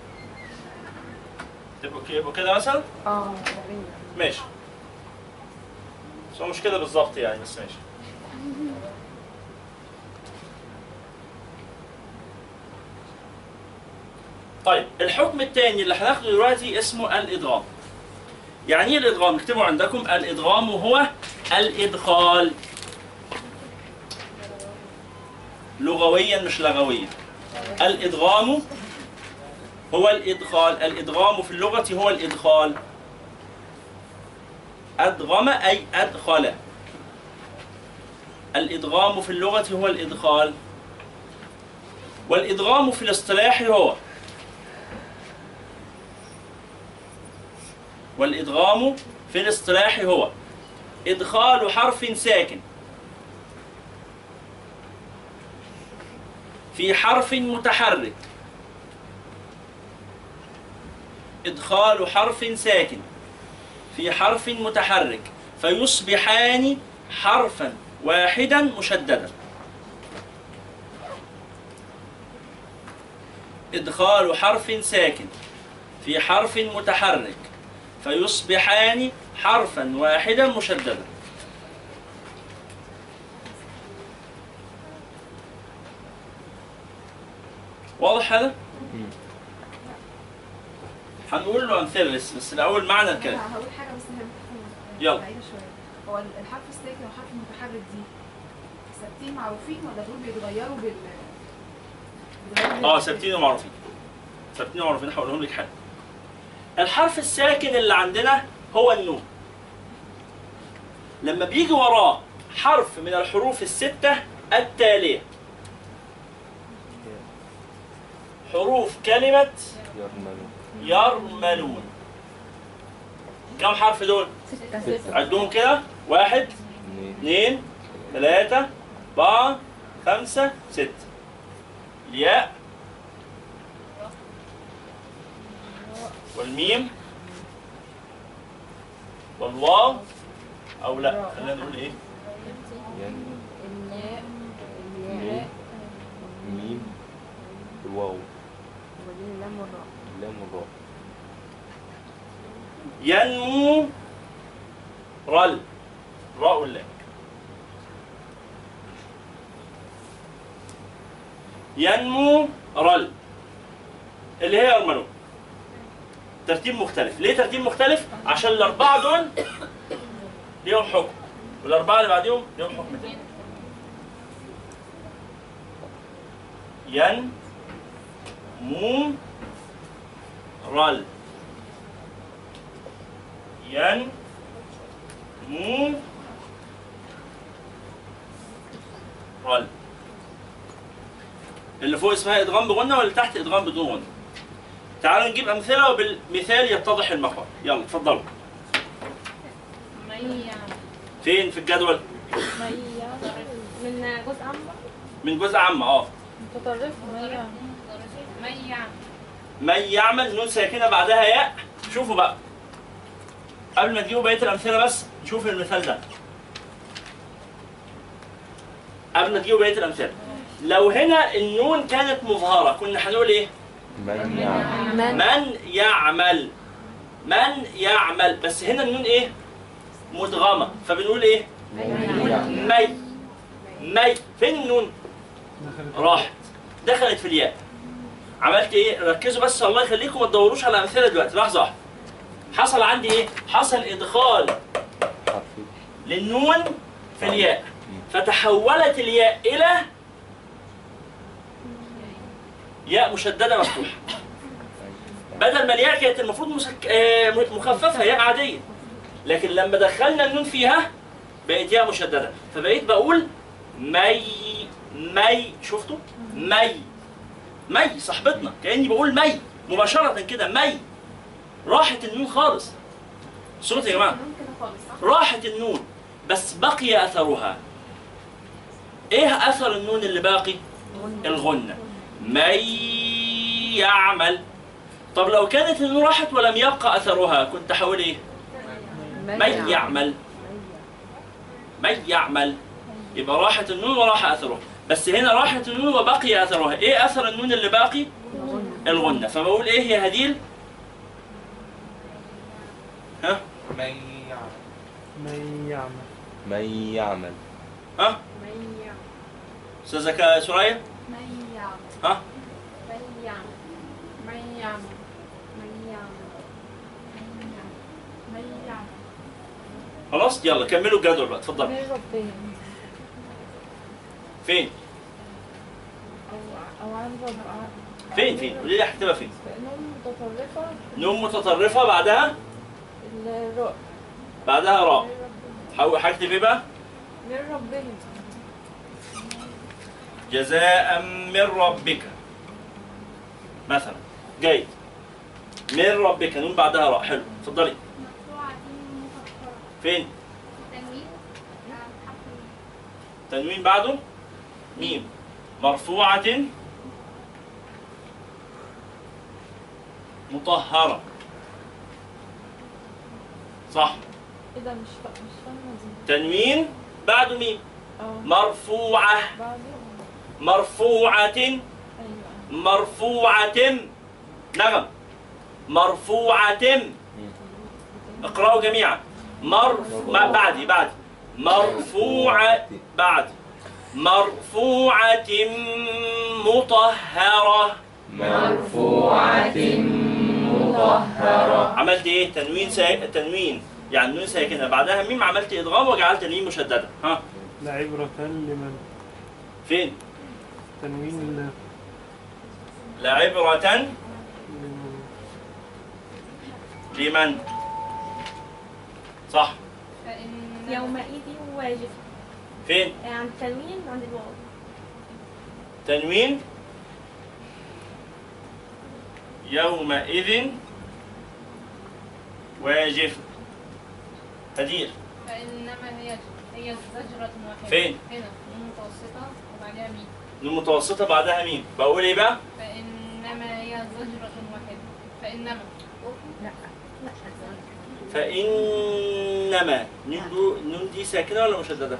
يبقوا كده مثلا؟ ماشي. بس هو مش كده بالظبط يعني، بس ماشي. طيب الحكم الثاني اللي هناخده دلوقتي اسمه الادغام. يعني ايه الادغام؟ اكتبوا عندكم الادغام هو الادخال. لغويا مش لغويا. الادغام هو الادخال. الادغام في اللغة هو الادخال. ادغم اي ادخل. الادغام في اللغة هو الادخال. والادغام في الاصطلاح هو والإدغام في الاصطلاح هو إدخال حرف ساكن في حرف متحرك. إدخال حرف ساكن في حرف متحرك فيصبحان حرفا واحدا مشددا. إدخال حرف ساكن في حرف متحرك فيصبحان حرفا واحدا مشددا. واضح هذا؟ هنقول له أمثلة بس الأول معنى الكلام. هقول حاجة بس يلا. بعيدة شوية. هو الحرف الساكن والحرف المتحرك دي ثابتين معروفين ولا دول بيتغيروا ثابتين ومعروفين. ثابتين ومعروفين. هقولهم لك حاجة. الحرف الساكن اللي عندنا هو النون. لما بيجي وراه حرف من الحروف الستة التالية، حروف كلمة يرملون. كم حرف دول؟ 6. عدهم كده: 1 2 3 4 5 6. الياء والميم والواو، أو لا خلينا نقول إيه؟ ميم الواو اللام والراء. ينمو رل، راء واللام. ينمو رل اللي هي يرملون. ترتيب مختلف. ليه ترتيب مختلف؟ عشان الأربعة دول ليهم حكم والأربعة اللي بعديهم ليهم حكم تاني. ينمو رل، ينمو رل. اللي فوق اسمها ادغام بغنة واللي تحت ادغام بدون غنة. تعالوا نجيب امثله وبالمثال يتضح المقال. يلا اتفضلوا. فين في الجدول؟ من جزء عام. من جزء عام. متطرف. من يعمل، نون ساكنه بعدها ياء. شوفوا بقى قبل ما تجيبوا بقيه الامثله بس شوفوا المثال ده. قبل ما تجيبوا بقيه الامثله، لو هنا النون كانت مظهره كنا هنقول ايه؟ من يعمل. من يعمل. من يعمل. بس هنا النون ايه؟ مدغمه، فبنقول ايه؟ مي. مي. فين النون؟ راحت دخلت في الياء. عملت ايه؟ ركزوا بس الله يخليكم ما تدوروش على امثله دلوقتي. لحظه واحده. حصل عندي ايه؟ حصل ادخال للنون في الياء، فتحولت الياء الى ياء مشدده مفتوحه. بدل ما الياء كانت المفروض مخففه ياء عاديه، لكن لما دخلنا النون فيها بقت ياء مشدده، فبقيت بقول مي. شفتوا؟ مي صاحبتنا، كاني بقول مي مباشره كده. مي راحت النون خالص. صوت يا جماعه، راحت النون بس بقي اثرها. ايه اثر النون اللي باقي؟ الغنه. مي يعمل. طب لو كانت النون راحت ولم يبقى اثرها كنت هقول ايه؟ مي يعمل. مي يعمل. يبقى راحت النون وراح اثرها، بس هنا راحت النون وبقي اثرها. ايه اثر النون اللي باقي؟ الغنه. فبقول ايه يا هديل؟ ها؟ من يعمل. ها؟ استاذة سوريا؟ ها؟ خلاص يلا كملوا الجدول بقى. اتفضل. فين؟ او عن رب. فين؟ قولي لي هتبقى فين؟ نون متطرفه. نون متطرفه بعدها الراء. بعدها راء. هكتب ايه بقى؟ من ربهم. جزاء من ربك مثلا. جيد. من ربك نون بعدها راء. حلو. اتفضلي. فين؟ تنوين بعده ميم. مرفوعة مطهرة. صح. ايه ده؟ مش فاهمه دي. تنوين بعده ميم. مرفوعة. مرفوعة مرفوعة. نغم. مرفوعة. اقرأوا جميعا. بعدي مرفوعة. بعد مرفوعة مطهرة. مرفوعة مطهرة. عملت ايه؟ تنوين يعني نون ساكنة بعدها ميم، عملت ادغام وجعلت الميم مشددة. ها؟ لعبرة لمن. فين؟ تنوين لعبرة لمن؟ صح. يومئذ واجب. فين؟ عند التنوين عند الواو. تنوين يومئذ واجف. هدير. فإنما هي زجرة واحدة. فين؟ هنا نون متوسطة وبعدها ميم. نون متوسطة بعدها ميم. بقول ايه بقى؟ فإنما هي زجرة واحدة. فإنما. فإنما نون دي ساكنة ولا مشددة؟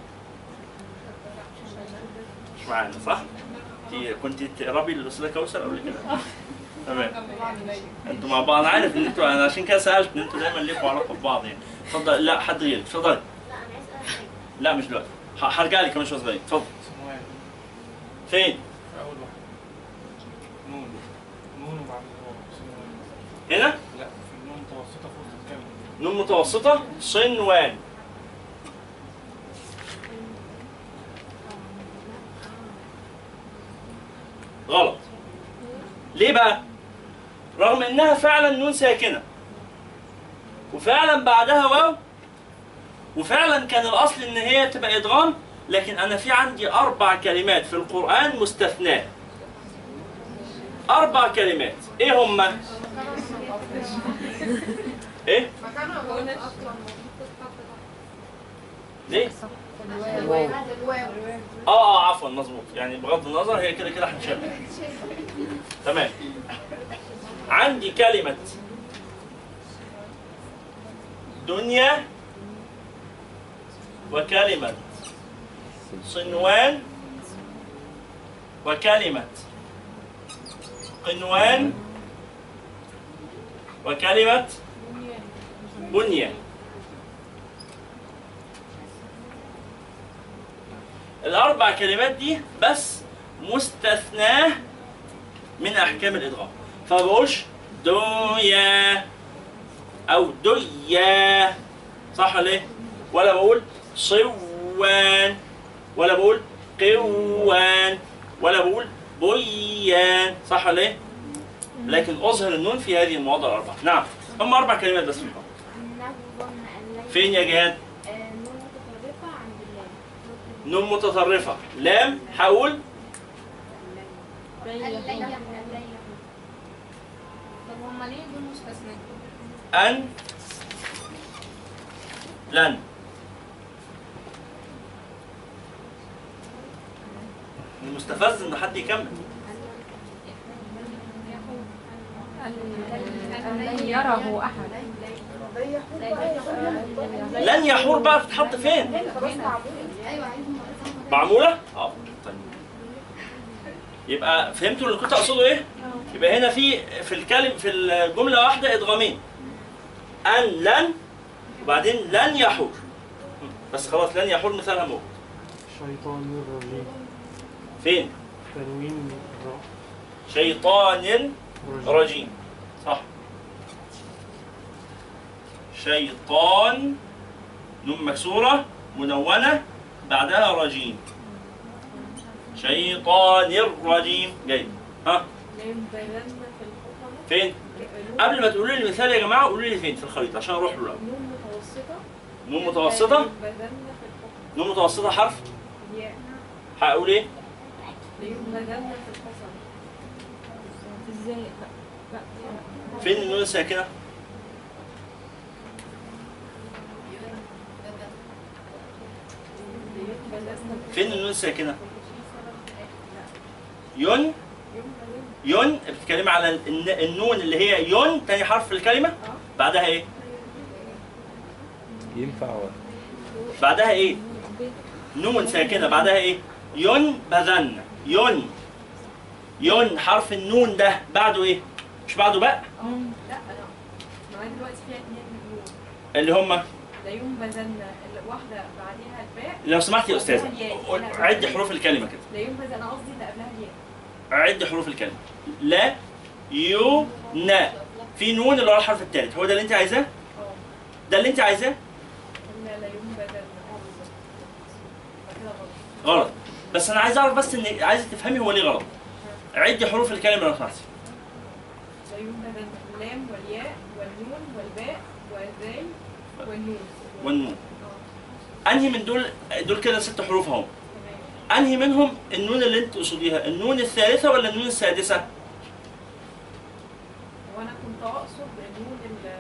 مش معانا صح؟ كنت تقربي للأستاذة كوثر قبل كده؟ تمام. انتوا مع بعض. انا عارف ان انتوا، انا عشان كده سألت ان انتوا دايما ليكوا علاقة ببعض يعني. اتفضل. لا حد غيرك. اتفضل. لا مش دلوقتي. هرجع لك كمان شوية صغيرين. اتفضل. فين؟ في أول واحدة. نون وبعد هنا؟ لا، في النون متوسطة في وسط الكلمة. نون متوسطة صنوان. غلط. ليه بقى؟ رغم انها فعلا نون ساكنة وفعلا بعدها واو وفعلا كان الاصل ان هي تبقى ادغام، لكن انا في عندي 4 كلمات في القرآن مستثناة. 4 كلمات. ايه هما؟ ايه؟ ليه؟ عفوا مظبوط، يعني بغض النظر هي كده كده هنشبه. تمام. عندي كلمة دنيا وكلمة صنوان وكلمة قنوان وكلمة بنية. ال4 كلمات دي بس مستثناة من أحكام الإدغام، فما بقولش دويا أو ديا، صح ولا إيه؟ ولا بقول صوان، ولا بقول قوان، ولا بقول بيان، صح ولا إيه؟ لكن أظهر النون في هذه المواضع ال4. نعم، هم 4 كلمات بس في الحكم. فين يا جهاد؟ نون متطرفة. لام. حول. طب هما ليه دول مستثنين؟ أن. لن. المستفز إن حد يكمل. لن يره أحد. لن يحور بقى تتحط فين؟ معمولة؟ طيب. يبقى فهمتوا اللي كنت أقصده إيه؟ يبقى هنا في الجملة واحدة إدغامين. أن لن وبعدين لن يحور. بس خلاص لن يحور مثالها موجود. شيطان الرجيم. فين؟ تنوين شيطان رجيم. صح. شيطان نون مكسورة منونة بعدها رجيم. شيطان الرجيم. جيد. ها؟ فين؟ قبل ما تقولوا لي المثال يا جماعة قولوا لي فين في الخريطة عشان أروح له الأول. نون متوسطة. نون متوسطة حرف؟ هقول إيه؟ فين النون الساكنة؟ فين النون الساكنة؟ يون. يون بتتكلمي على النون اللي هي يون تاني حرف في الكلمة. بعدها ايه؟ ينفع ولا؟ بعدها ايه؟ نون ساكنة بعدها ايه؟ ينبذن. ين. يون حرف النون ده بعده ايه؟ مش بعده باء؟ لا لا معايا دلوقتي فيها 2 نون اللي هما لا ينبذن واحده بعديها الباء. لو سمحتي يا استاذه عدي حروف الكلمه كده. لا ينبذن انا قصدي اللي قبلها الياء. عدي حروف الكلمه. لا يو نا في نون اللي هو الحرف الثالث، هو ده اللي انت عايزاه؟ ده اللي انت عايزاه؟ لا ينبذن بالظبط. كده غلط. بس انا عايز اعرف بس ان عايزه تفهمي هو ليه غلط. عدي حروف الكلمه لو سمحتي. لا ينبذن اللام والياء والنون والباء والزاي والنون. انهي من دول كده 6 حروف اهو. انهي منهم النون اللي انت تقصديها؟ النون الثالثه ولا النون السادسه؟ وانا كنت اقصد النون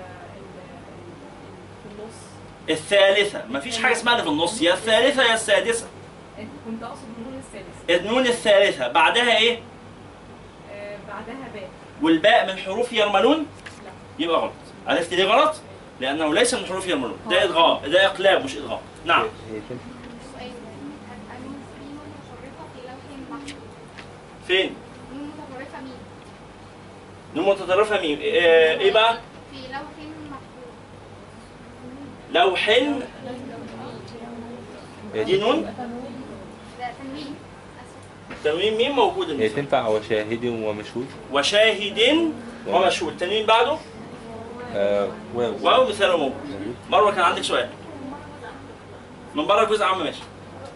في النص. الثالثه، مفيش حاجه اسمها اللي في النص، يا الثالثه يا السادسه. كنت اقصد النون الثالثه. النون الثالثه بعدها ايه؟ بعدها باء. والباء من حروف يرملون؟ لا. يبقى غلط. عرفت ليه غلط؟ لانه ليس من حروف يرملون، ده ادغام، ده اقلاب مش ادغام. نعم. فين؟ نون متطرفة مين؟ نون متطرفة مين؟ ايه بقى؟ في لوح محفوظ. لوح دي نون؟ لا تنوين. تنوين مين موجود؟ هي تنفع وشاهد ومشهود؟ وشاهد ومشهود، تنوين بعده؟ واو مثاله موجود. مروه كان عندك سؤال. من بره جزء عام ماشي.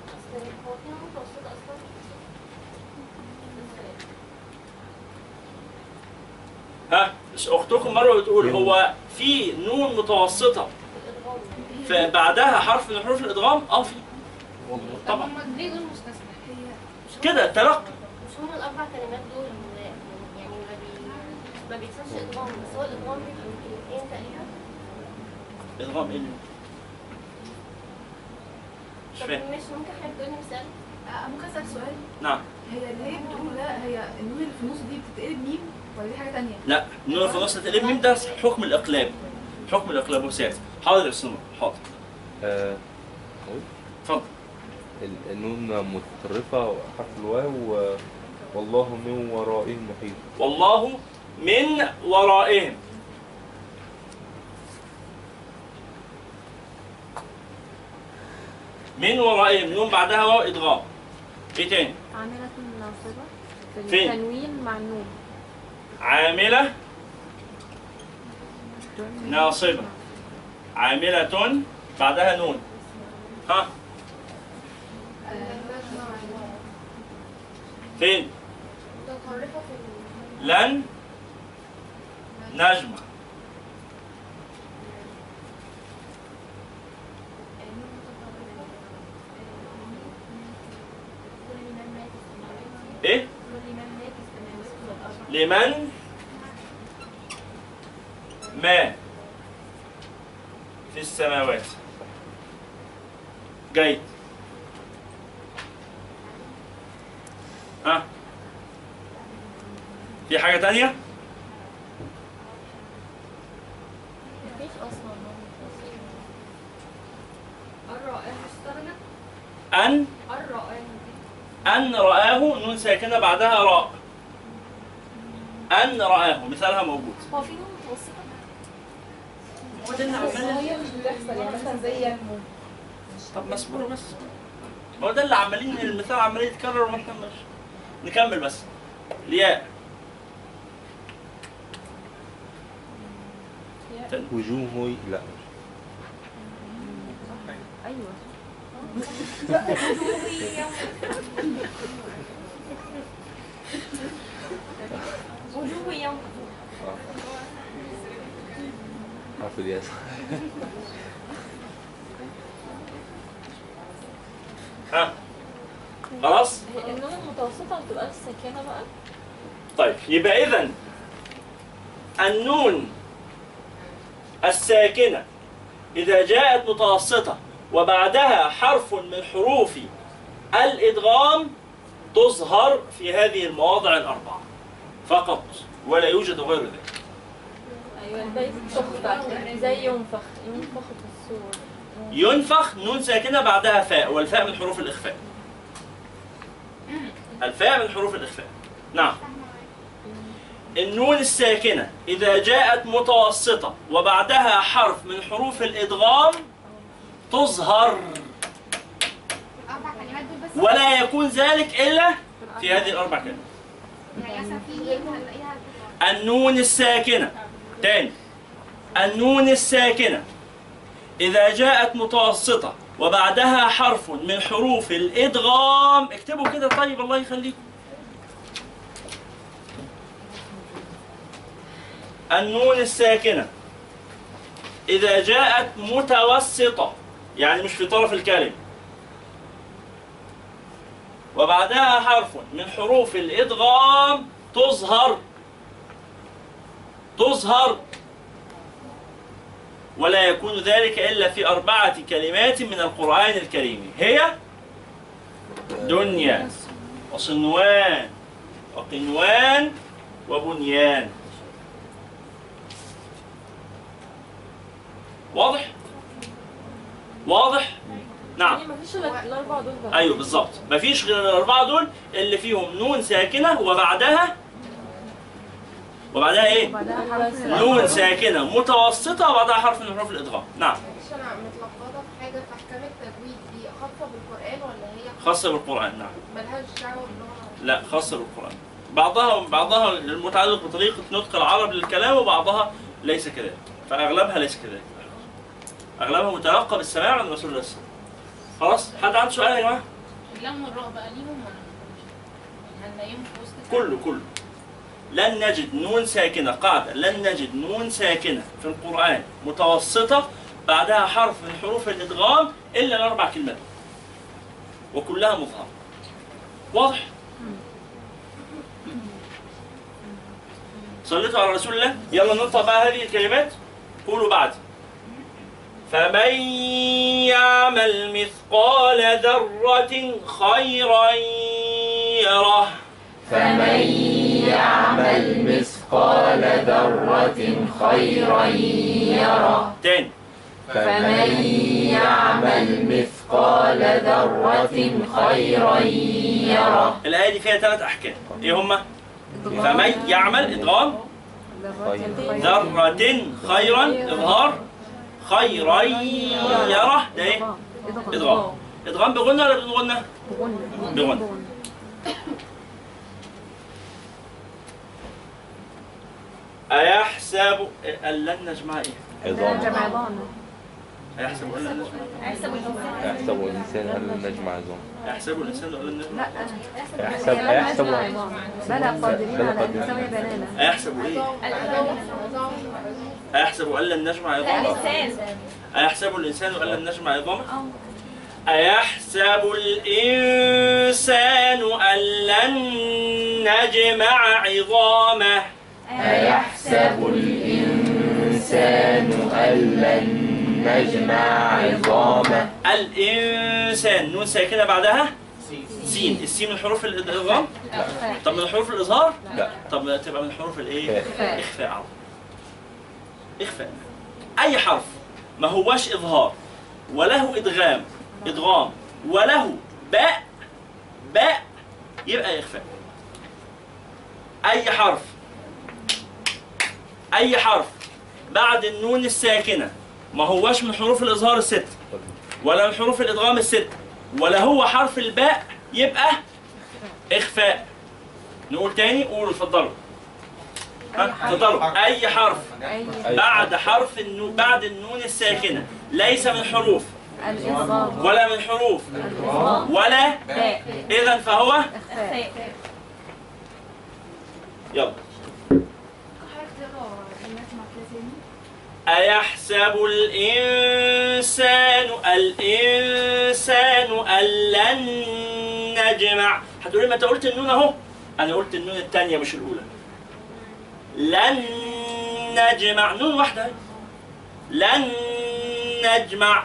ها اختكم مروه بتقول هو في نون متوسطه فبعدها حرف من حروف الادغام؟ في طبعا. ليه دول مستثنى؟ كده تلقي. مش هم الاربع كلمات دول يعني ما بيحصلش ادغام، بس هو الادغام بيبقى ايه تقريبا؟ ادغام ايه؟ مش فاهم. مش ممكن حضرتك تقولي مثال؟ ممكن اسال سؤال؟ نعم. هي اللي هي بتقوله ده هي النون اللي في النص دي بتتقلب ميم ولا دي حاجه ثانيه؟ لا النون اللي في النص تقلب ميم ده حكم الاقلاب. حكم الاقلاب وسائل. حاضر يا استاذ حاضر. اتفضل. النون متطرفة حرف الواو والله من ورائهم محيط. والله من ورائهم. من ورائهم نون بعدها واو ادغام. ايه تاني؟ عاملة ناصبة. فين؟ التنوين مع النون. عاملة ناصبة. عاملة بعدها نون. ها؟ فين؟ لن نجمع. ايه؟ لمن ما في السماوات. جيد. ها؟ في حاجة تانية؟ مفيش أصلا. الرائع استغنى. أن رآه نون ساكنة بعدها راء. أن رآه مثالها موجود. هو في نون متوسطة؟ هو ده اللي عمال مش بتحصل يعني مثلا زي طب مصبر بس. هو ده اللي عمالين المثال عمال يتكرر وما نكملش. نكمل بس. الياء. وجوه لا. أيوه. وجوه يوم. حرف الياء. ها خلاص؟ النون المتوسطة ما بتبقاش ساكنة بقى؟ طيب يبقى إذا النون الساكنة إذا جاءت متوسطة وبعدها حرف من حروف الإدغام تظهر في هذه المواضع الأربعة فقط ولا يوجد غير ذلك. أيوه الباقي تخفى زي ينفخ في الصور. ينفخ نون ساكنة بعدها فاء والفاء من حروف الإخفاء. الفاء من حروف الإخفاء. نعم. النون الساكنة إذا جاءت متوسطة وبعدها حرف من حروف الإدغام تظهر، ولا يكون ذلك إلا في هذه الأربع كلمات. النون الساكنة تاني، النون الساكنة إذا جاءت متوسطة وبعدها حرف من حروف الإدغام، اكتبوا كده طيب الله يخليكم. النون الساكنة إذا جاءت متوسطة يعني مش في طرف الكلمة وبعدها حرف من حروف الإدغام تظهر، ولا يكون ذلك إلا في 4 كلمات من القرآن الكريم، هي دنيا وصنوان وقنوان وبنيان. واضح؟ واضح؟ نعم. يعني مفيش الا الاربعه دول بقى. ايوه بالظبط، مفيش غير الاربعه دول اللي فيهم نون ساكنه وبعدها ايه؟ نون ساكنه متوسطه وبعدها حرف من حروف الادغام. نعم. معلش انا متلخبطه في حاجه، في احكام التجويد دي خاصه بالقران ولا هي خاصه بالقران؟ نعم. ملهاش دعوه باللغه؟ لا خاصه بالقران. بعضها المتعلق بطريقه نطق العرب للكلام وبعضها ليس كذلك، فاغلبها ليس كذلك. اغلبها متلقى بالسماع عن رسول الله صلى الله عليه وسلم. خلاص؟ حد عنده سؤال يا جماعه؟ اللام والراء بقى ليهم ولا هنلاقيهم في وسط كله لن نجد نون ساكنه، قاعده لن نجد نون ساكنه في القران متوسطه بعدها حرف من حروف الادغام الا الاربع كلمات وكلها مظهره. واضح؟ صليتوا على رسول الله. يلا ننطق بقى هذه الكلمات. قولوا بعد. فمن يعمل مثقال ذرة خيرا يره. فمن يعمل مثقال ذرة خيرا يره. تاني. فمن يعمل مثقال ذرة خيرا يره. الآية دي فيها 3 أحكام، إيه هما؟ فمن يعمل إدغام، ذرة خيرا إظهار، خيرا يره ده إيه؟ إدغام. إدغام بغنى ولا بدون غنى؟ بغنى. أيحسب أن لن نجمع إيه؟ عظام. أيحسب أن لن نجمع؟ أيحسب الإنسان أن لن نجمع عظام. أيحسب الإنسان أن لن نجمع؟ لا أيحسب بلى قادرين على أن نسوي بنانا. أيحسب إيه؟ أيحسب أن لن نجمع عظاما؟ أيحسب الإنسان أن لن نجمع عظاما؟ أيحسب الإنسان أن لن نجمع عظامه؟ أيحسب الإنسان أن لن نجمع عظامه. الإنسان نون ساكنة بعدها سين. السين من حروف الإدغام؟ لا. طب من حروف الإظهار؟ لا. طب تبقى من حروف الإيه؟ إخفاء. إخفاء. أي حرف ما هواش إظهار وله إدغام وله باء يبقى إخفاء. أي حرف بعد النون الساكنة ما هواش من حروف الإظهار ال6 ولا من حروف الإدغام ال6 ولا هو حرف الباء يبقى إخفاء. نقول تاني، قولوا اتفضلوا. اتفضلوا. أي حرف بعد النون الساكنة ليس من حروف ولا من حروف ولا إذا فهو يلا. أيحسب الإنسان أن لن نجمع. هتقولي ما أنت قلت النون أهو. أنا قلت النون الثانية مش الأولى. لن نجمع، نون واحدة. لن نجمع.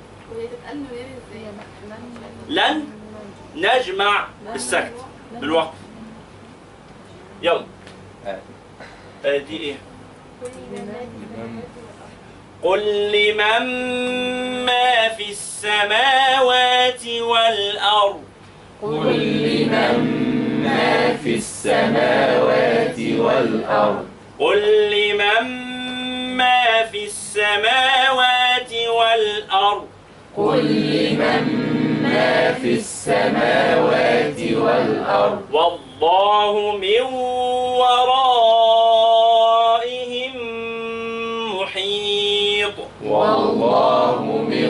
لن نجمع بالسكت بالوقف. يلا. دي إيه؟ قل لمن ما في السماوات والأرض. قل لمن ما في السماوات والأرض قل لمن ما في السماوات والأرض قل لمن ما في السماوات والأرض والله من ورائهم محيط والله من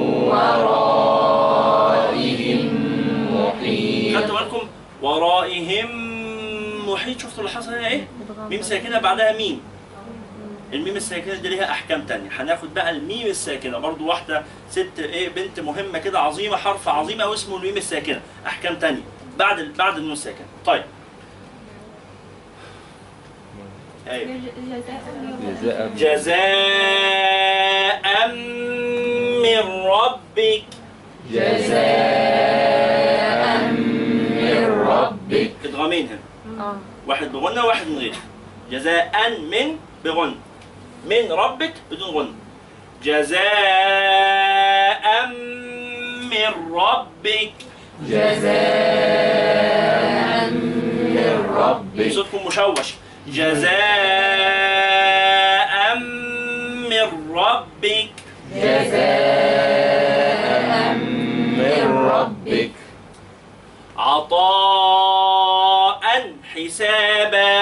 ورائهم محيط. خدتوا بالكم؟ ورائهم محيط. شفتوا اللي حصل هنا ايه؟ ميم ساكنه بعدها ميم. الميم الساكنه دي ليها احكام تانية. هناخد بقى الميم الساكنه برضو، واحده ست ايه بنت مهمه كده عظيمه، حرف عظيم قوي اسمه الميم الساكنه، احكام تانية بعد النون الساكنه. طيب ايوه جزاء من ربك جزاء من ربك. ادغامين هنا، واحد بغنى وواحد من غير. جزاء من بغنى، من ربك بدون غنى. جزاء من ربك جزاء من ربك. صوتكم مشوش. جزاء من ربك جزاء من ربك. عطاء حسابا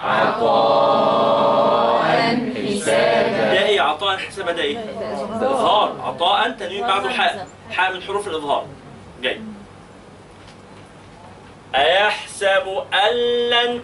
عطاء حسابا. ده ايه عطاء حسابا؟ ده ايه؟ ده اظهار. عطاء تنوين بعده حاء، حاء من حروف الاظهار. جاي. أيحسب أن لن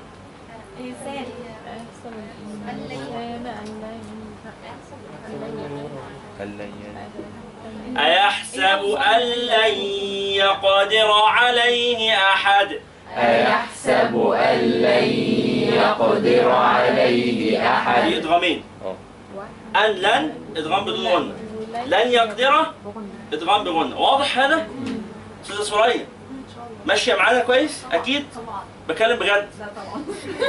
أيحسب أن لن يقدر عليه أحد أيحسب أن لن يقدر عليه أحد. دي إدغامين. أن لن إدغام بدون غنة، لن يقدر إدغام بغنة. واضح هذا؟ أستاذة سوريا ماشية معانا كويس؟ أكيد؟ بكلم بجد؟ لا طبعا.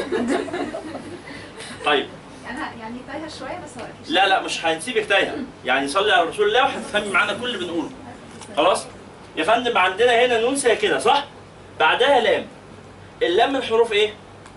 طيب انا يعني تايهه شويه بس لا مش هنسيبك تايهه، يعني صلي على رسول الله وهتفهمي معانا كل اللي بنقوله. خلاص؟ يا فندم عندنا هنا نون ساكنه صح؟ بعدها لام. اللام من حروف ايه؟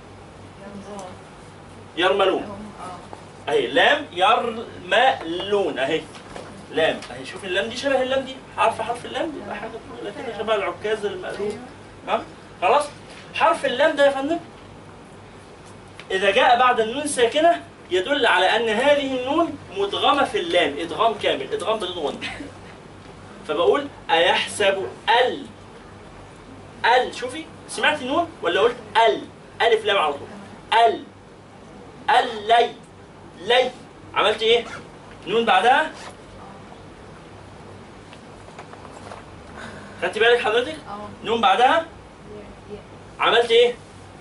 يرملون. اهي لام يرملون اهي. لام اهي. شوف اللام دي شبه اللام دي، حرف اللام دي حاجه كده شبه العكاز المقلوب. ها؟ خلاص؟ حرف اللام ده يا فندم إذا جاء بعد النون الساكنة يدل على أن هذه النون مدغمة في اللام إدغام كامل، إدغام بدون غنة. فبقول أيحسب ال شوفي سمعتي نون ولا قلت ألف لام على طول. لي عملت إيه؟ نون بعدها. خدتي بالك حضرتك؟ نون بعدها عملت إيه؟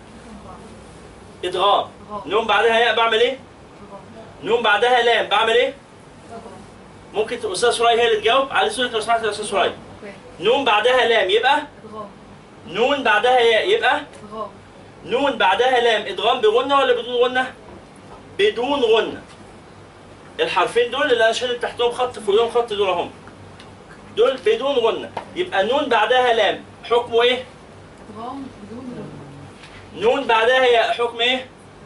إدغام. نون بعدها ياء بعمل إيه؟ نون بعدها لام بعمل إيه؟ ممكن أستاذ سراي هي اللي تجاوب. علي صوتك لو سمحت يا أستاذ سراي. نون بعدها لام يبقى نون بعدها ياء يبقى نون بعدها لام. إدغام بغنة ولا بدون غنة؟ بدون غنة. الحرفين دول اللي أنا شادد تحتهم خط فوقهم خط دول أهم، دول بدون غنة. يبقى نون بعدها لام حكمه إيه؟ نون بعدها ياء حكم ايه؟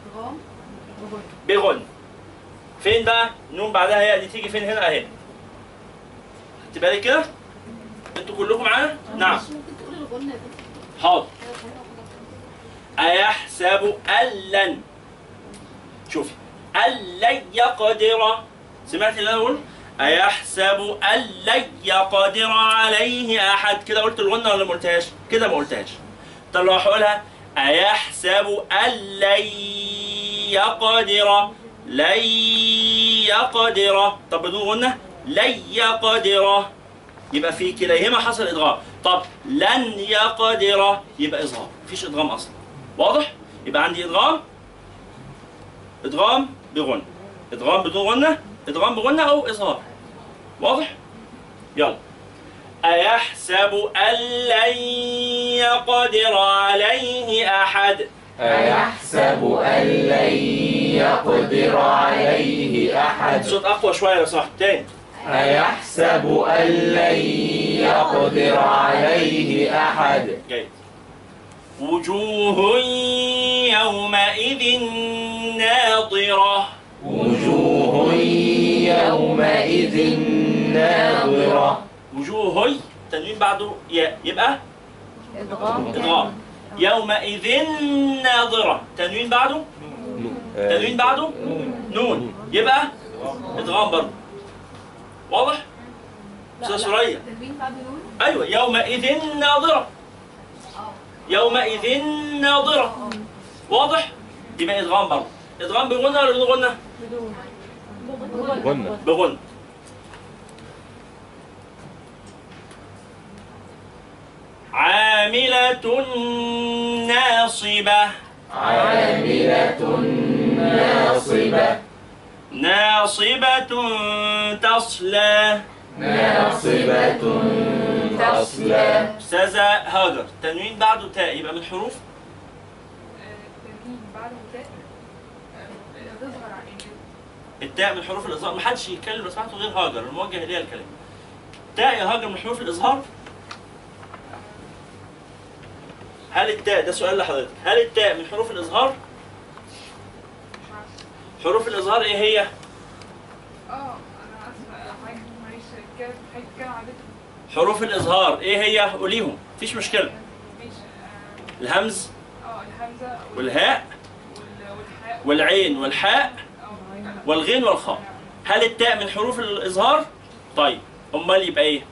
بغن. فين بقى؟ نون بعدها ياء دي تيجي فين هنا اهي. خدت بالك كده؟ انتوا كلكم معانا؟ نعم. ممكن تقول الغنة دي؟ حاضر. أيحسب أن لن. شوفي أن لن يقدر. سمعتي اللي أنا بقول؟ أيحسب أن لن يقدر عليه أحد. كده قلت الغنة ولا ما قلتهاش؟ كده ما قلتهاش. طب لو هقولها أيحسب أن لن يقدر. طب بدون غنة لن يقدر يبقى في كليهما حصل إدغام. طب لن يقدر يبقى إظهار، مفيش إدغام أصلا. واضح؟ يبقى عندي إدغام بغنة، إدغام بدون غنة، إدغام بغنة أو إظهار. واضح؟ يلا. أيحسب أن لن يقدر عليه أحد. أيحسب أن لن يقدر عليه أحد. صوت أقوى شوية لو سمحت. تاني. أيحسب أن لن يقدر عليه أحد. جيد. وجوه يومئذ ناضرة. وجوه يومئذ ناظرة. وجوه تنوين بعده ياء يبقى إدغام. يومئذ ناظرة تنوين بعده تنوين بعده نون يبقى إدغام برضه. واضح؟ أستاذ سوريا. تنوين بعد نون. أيوه يومئذ ناظرة. يومئذ ناظرة. واضح؟ يبقى إدغام برضه. إدغام بغنى ولا بدون غنى؟ غنى. بغنى. عاملة ناصبة. عاملة ناصبة. ناصبة تصلى. ناصبة تصلى. أستاذة هاجر تنوين بعده تاء يبقى من حروف تنوين بعده تاء تظهر عليه. التاء من حروف الإظهار. محدش يتكلم لو سمحتوا غير هاجر الموجه إليها الكلام. تاء يا هاجر من حروف الإظهار. هل التاء ده سؤال لحضرتك، هل التاء من حروف الإظهار؟ حروف الإظهار إيه هي؟ انا اسفه حاجه معلش كده عادتهم. حروف الإظهار إيه هي؟ قوليهم مفيش مشكلة. الهمز الهمزه والهاء والحاء والعين والحاء والغين والخاء. هل التاء من حروف الإظهار؟ طيب أمال يبقى إيه؟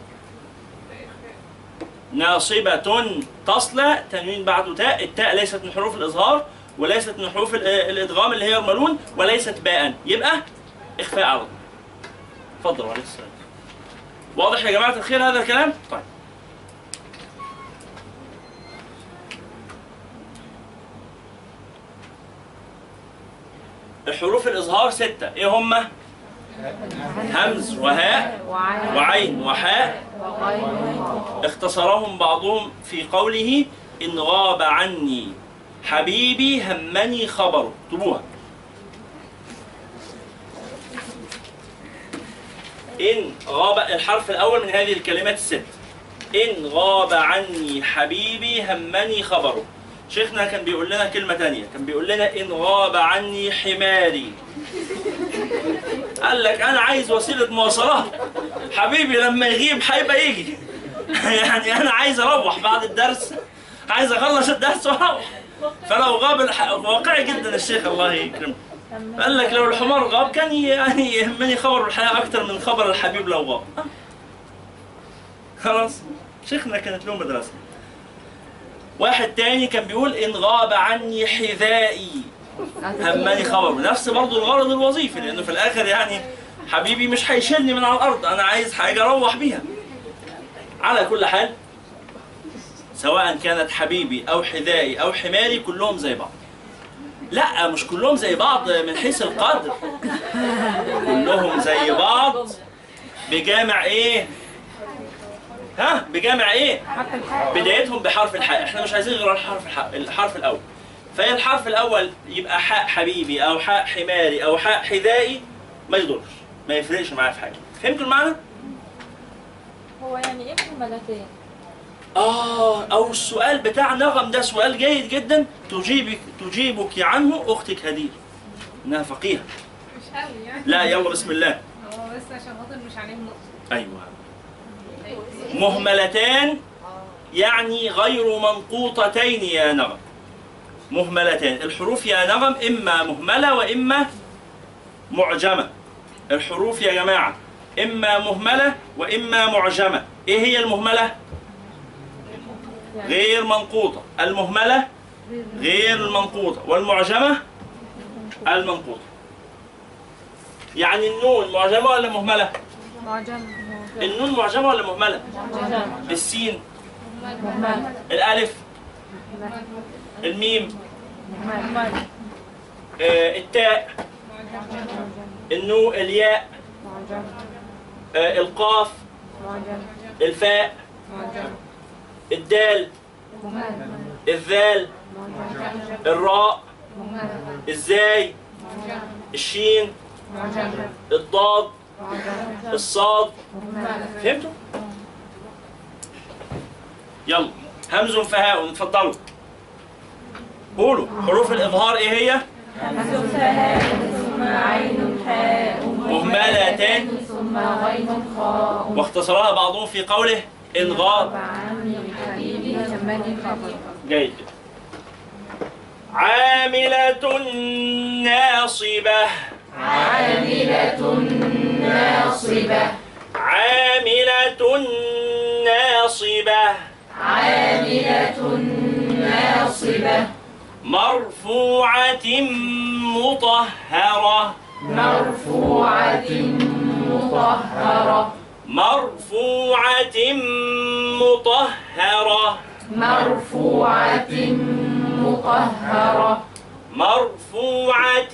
ناصبة تصلى تنوين بعده تاء. التاء ليست من حروف الإظهار وليست من حروف الإدغام اللي هي يرملون وليست باء يبقى إخفاء على طول. اتفضل وعليكم السلام. واضح يا جماعة الخير هذا الكلام؟ طيب الحروف الإظهار 6 إيه هما؟ همز وهاء وعين وحاء. اختصرهم بعضهم في قوله إن غاب عني حبيبي همني خبره. اكتبوها. إن غاب الحرف الأول من هذه الكلمات الست. إن غاب عني حبيبي همني خبره. شيخنا كان بيقول لنا كلمة تانية، كان بيقول لنا إن غاب عني حماري. قال لك أنا عايز وسيلة مواصلات، حبيبي لما يغيب هيبقى يجي. يعني أنا عايز أروح بعد الدرس، عايز أخلص الدرس وأروح. فلو غاب واقعي جدا الشيخ الله يكرمه. قال لك لو الحمار غاب كان يعني يهمني خبر الحياة أكتر من خبر الحبيب لو غاب. خلاص شيخنا كانت له مدرسة. واحد تاني كان بيقول إن غاب عني حذائي همني خبره. نفس برضه الغرض الوظيفي، لأنه في الآخر يعني حبيبي مش هيشيلني من على الأرض، أنا عايز حاجة أروح بيها. على كل حال سواء كانت حبيبي أو حذائي أو حماري كلهم زي بعض. لا مش كلهم زي بعض من حيث القدر، كلهم زي بعض بجامع إيه؟ ها؟ بجامع إيه؟ بدايتهم بحرف الحاء. إحنا مش عايزين غير الحرف الأول. فهي الحرف الأول يبقى حاء حبيبي أو حاء حماري أو حاء حذائي ما يضرش، ما يفرقش معايا في حاجة. فهمتوا المعنى؟ هو يعني إيه مهملتين؟ أو السؤال بتاع نغم ده سؤال جيد جدا تجيبك عنه أختك هدير، إنها فقيهة. مش قوي يعني. لا يلا بسم الله. هو بس عشان خاطر مش عليهم نقطة. أيوه. مهملتان يعني غير منقوطتين يا نغم. مهملتان الحروف يا نغم إما مهملة وإما معجمة. الحروف يا جماعة إما مهملة وإما معجمة. إيه هي المهملة؟ غير منقوطة. المهملة غير المنقوطة والمعجمة المنقوطة. يعني النون معجمة ولا مهملة؟ معجمة. النون معجمة ولا مهملة؟ معجمة. السين مهملة. الألف الميم مهملة. التاء الياء القاف الفاء الدال الذال الراء الزاي الشين الضاد الصاد. فهمتوا؟ يلا همز فهاء اتفضلوا. قولوا حروف الإظهار إيه هي؟ همز فهاء ثم عين حاء مهملتان ثم غين خاء واختصرها بعضهم في قوله إن غاب. عمي حبيبي كمالي خبر. جيد. عاملة ناصبة. عاملة ناصبة. عاملة ناصبة. عاملة ناصبة. مرفوعة مطهرة. مرفوعة مطهرة. مرفوعة مطهرة. مرفوعة مطهرة. مرفوعة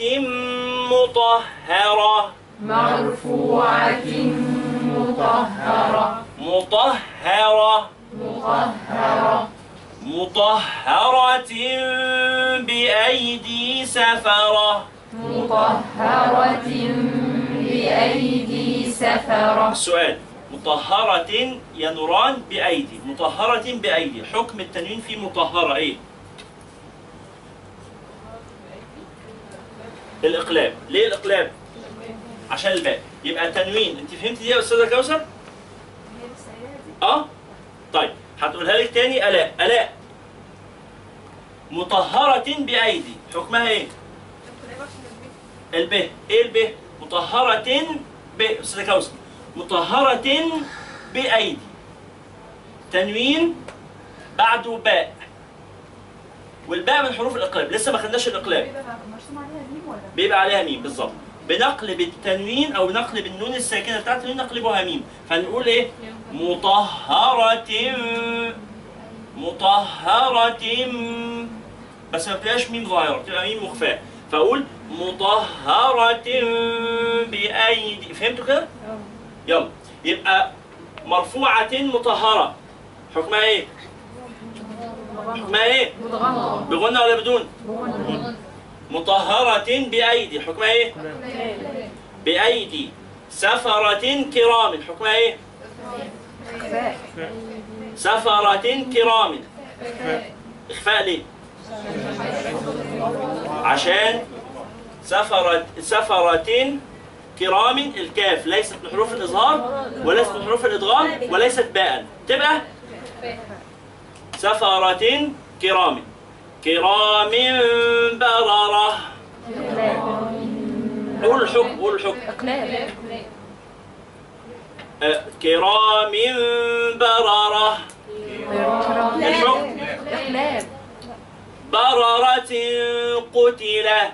مطهرة. مرفوعة مطهرة. مطهرة. مطهرة. مطهرة بأيدي سفرة. مطهرة بأيدي سفرة. السؤال: مطهرة يا نوران بأيدي، مطهرة بأيدي، حكم التنوين في مطهرة إيه؟ الإقلاب. ليه الإقلاب؟ عشان الباء. يبقى تنوين. أنت فهمت دي يا أستاذة كوثر؟ طيب هتقولها لك تاني. آلاء. آلاء. مطهرة بأيدي حكمها إيه؟ الب. إيه الب؟ مطهرة ب. أستاذة كوثر. مطهرة بأيدي. تنوين بعده باء. والباء من حروف الإقلاب، لسه ما خدناش الإقلاب. مرسوم عليها ميم ولا؟ بيبقى عليها ميم بالظبط. بنقلب التنوين أو بنقلب النون الساكنة بتاعت التنوين نقلبها ميم، فنقول إيه؟ مطهرة. مطهرة بس ما بتبقاش ميم ظاهرة، بتبقى ميم مخفاة، فأقول مطهرة بأيدي. فهمتوا كده؟ يلا. يبقى مرفوعة مطهرة حكمها إيه؟ حكمها إيه؟ بغنى ولا بدون؟ مطهرة بأيدي حكمها إيه؟ بأيدي. سفرة كرام حكمها إيه؟ سفرة كرام. إخفاء ليه؟ عشان سفرة كرام الكاف ليست من حروف الإظهار وليست من حروف الإدغام وليست باء، تبقى سفرة كرام. كرام بررة. قول الحكم. قول الحكم. كرام بررة. الحكم بررة قتلة.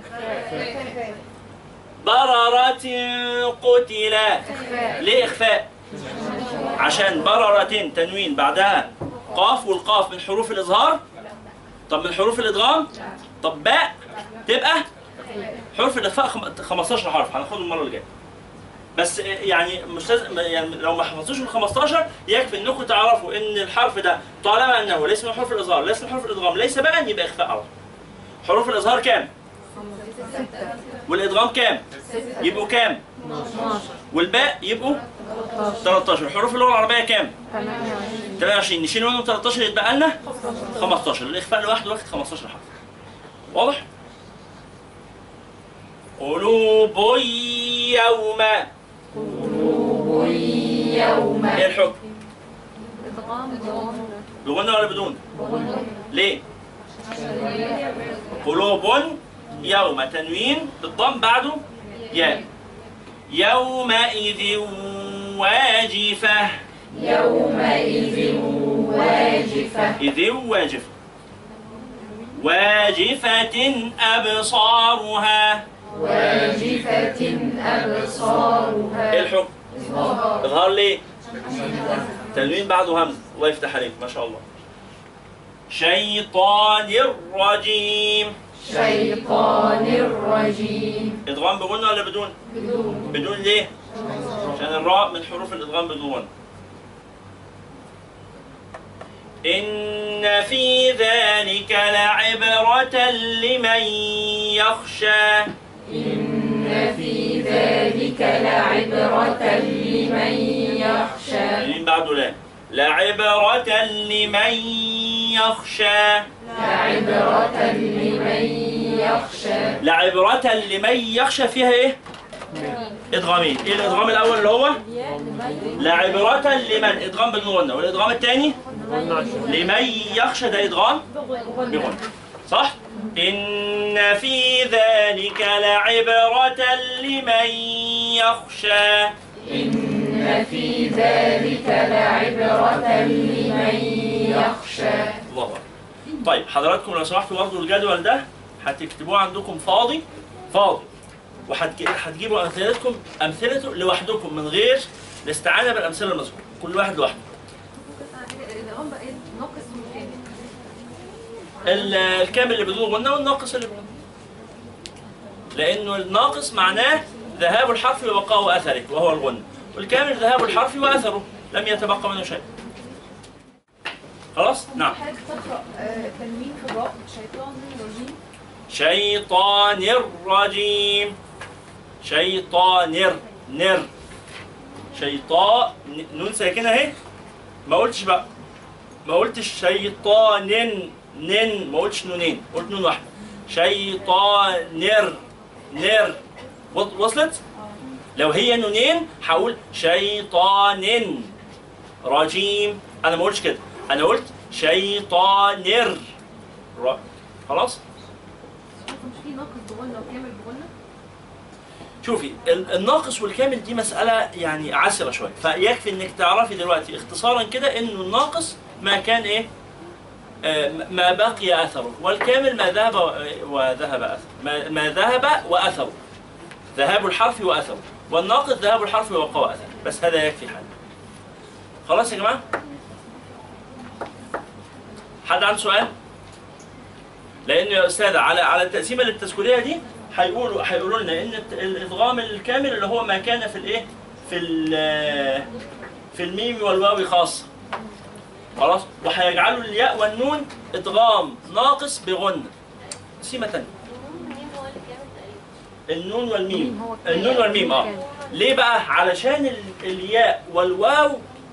بررة قتلة. ليه إخفاء؟ عشان بررة تنوين بعدها قاف، والقاف من حروف الإظهار. طب من حروف الإدغام؟ طب باء تبقى حروف الإخفاء 15 حرف، هناخدهم المرة اللي جاية. بس يعني مش لازم، يعني لو ما حفظتوش ال 15 يكفي انكم تعرفوا ان الحرف ده طالما انه ليس من حروف الإظهار ليس من حروف الإدغام ليس باء يبقى إخفاء على طول. حروف الإظهار كام؟ 6. والإدغام كام؟ يبقوا كام؟ 12. والباء يبقوا 13. حروف اللغة العربية كام؟ 28. نشيل منهم 13 يتبقى لنا 15. الإخفاء لوحده واخد 15 حرف. واضح؟ قلوب يوم. قلوب يوم. ايه الحكم؟ بغنى ولا بدون؟ ليه؟ قلوب يوم تنوين بالضم بعده ياء. يومئذ واجفة. يومئذ واجفة. إذ واجفة. واجفة أبصارها. واجفة أبصارها. ايه الحكم؟ إظهار ليه؟ تنوين بعده همز. الله يفتح عليك ما شاء الله. شيطان الرجيم. شيطان الرجيم. إدغام بغنى ولا بدون؟ بدون. بدون ليه؟ عشان الراء من حروف الإدغام بدون. إن في ذلك لعبرة لمن يخشى. إن في ذلك لعبرة لمن يخشى. من بعده لا. لعبرة لمن يخشى. لعبرة لمن يخشى. لعبرة لمن يخشى فيها ايه؟ ادغامين. ايه الادغام الاول اللي هو؟ لعبرة لمن، ادغام بالغنة، والادغام الثاني لمن يخشى ده ادغام بغنة. صح؟ إن في ذلك لعبرة لمن يخشى. إن في ذلك لعبرة لمن يخشى. الله أكبر. طيب حضراتكم لو سمحتوا برضه الجدول ده هتكتبوه عندكم فاضي فاضي، وهتجيبوا أمثلته لوحدكم من غير الاستعانة بالأمثلة المذكورة، كل واحد لوحده. الكامل اللي بدون غنة والناقص اللي بدون، لأنه الناقص معناه ذهاب الحرف وبقاء أثره وهو الغنة، والكامل ذهاب الحرف وأثره لم يتبقى منه شيء. خلاص؟ نعم. تقرأ تنوين في الراء شيطان رجيم. شيطان الرجيم. شيطان نر. شيطان نون ساكنة اهي. ما قلتش بقى. ما قلتش شيطان نن، ما قلتش نونين، قلت نون واحدة. شيطان نر. وصلت؟ لو هي نونين هقول شيطان رجيم. أنا ما قلتش كده، أنا قلت شيطان خلاص؟ مش في ناقص بغنة وكامل بغنة؟ شوفي الناقص والكامل دي مسألة يعني عسرة شوية، فيكفي إنك تعرفي دلوقتي اختصارا كده إنه الناقص ما كان إيه؟ ما بقي أثره، والكامل ما ذهب وذهب أثره، ما ذهب وأثره، ذهاب الحرف وأثره، والناقص ذهاب الحرف وبقاء أثره، بس هذا يكفي حل. خلاص يا جماعة؟ حد عنده سؤال؟ لأنه يا أستاذة على التقسيمة التذكيرية دي هيقولوا لنا إن الإدغام الكامل اللي هو ما كان في الإيه؟ في الميم والواو خاصة. خلاص؟ وهيجعلوا الياء والنون إدغام ناقص بغنة. تقسيمة تانية. النون والميم. النون والميم ليه بقى؟ علشان الياء والواو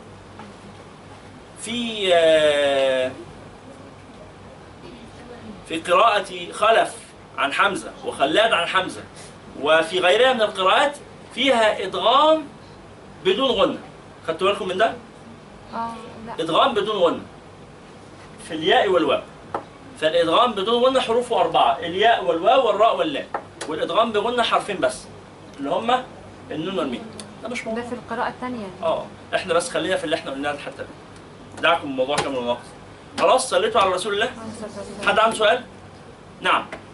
في قراءة خلف عن حمزة وخلاد عن حمزة وفي غيرها من القراءات فيها إدغام بدون غنة. خدتوا بالكم من ده؟ لا. إدغام بدون غنة في الياء والواو. فالإدغام بدون غنة حروفه 4، الياء والواو والراء واللام، والإدغام بغنة حرفين بس اللي هما النون والميم. ده مش موضوع. ده في القراءة الثانية. احنا بس خلينا في اللي احنا قلناه حتى دعكم الموضوع كامل وناقص. خلاص صليتوا على رسول الله؟ حد عنده سؤال؟ نعم.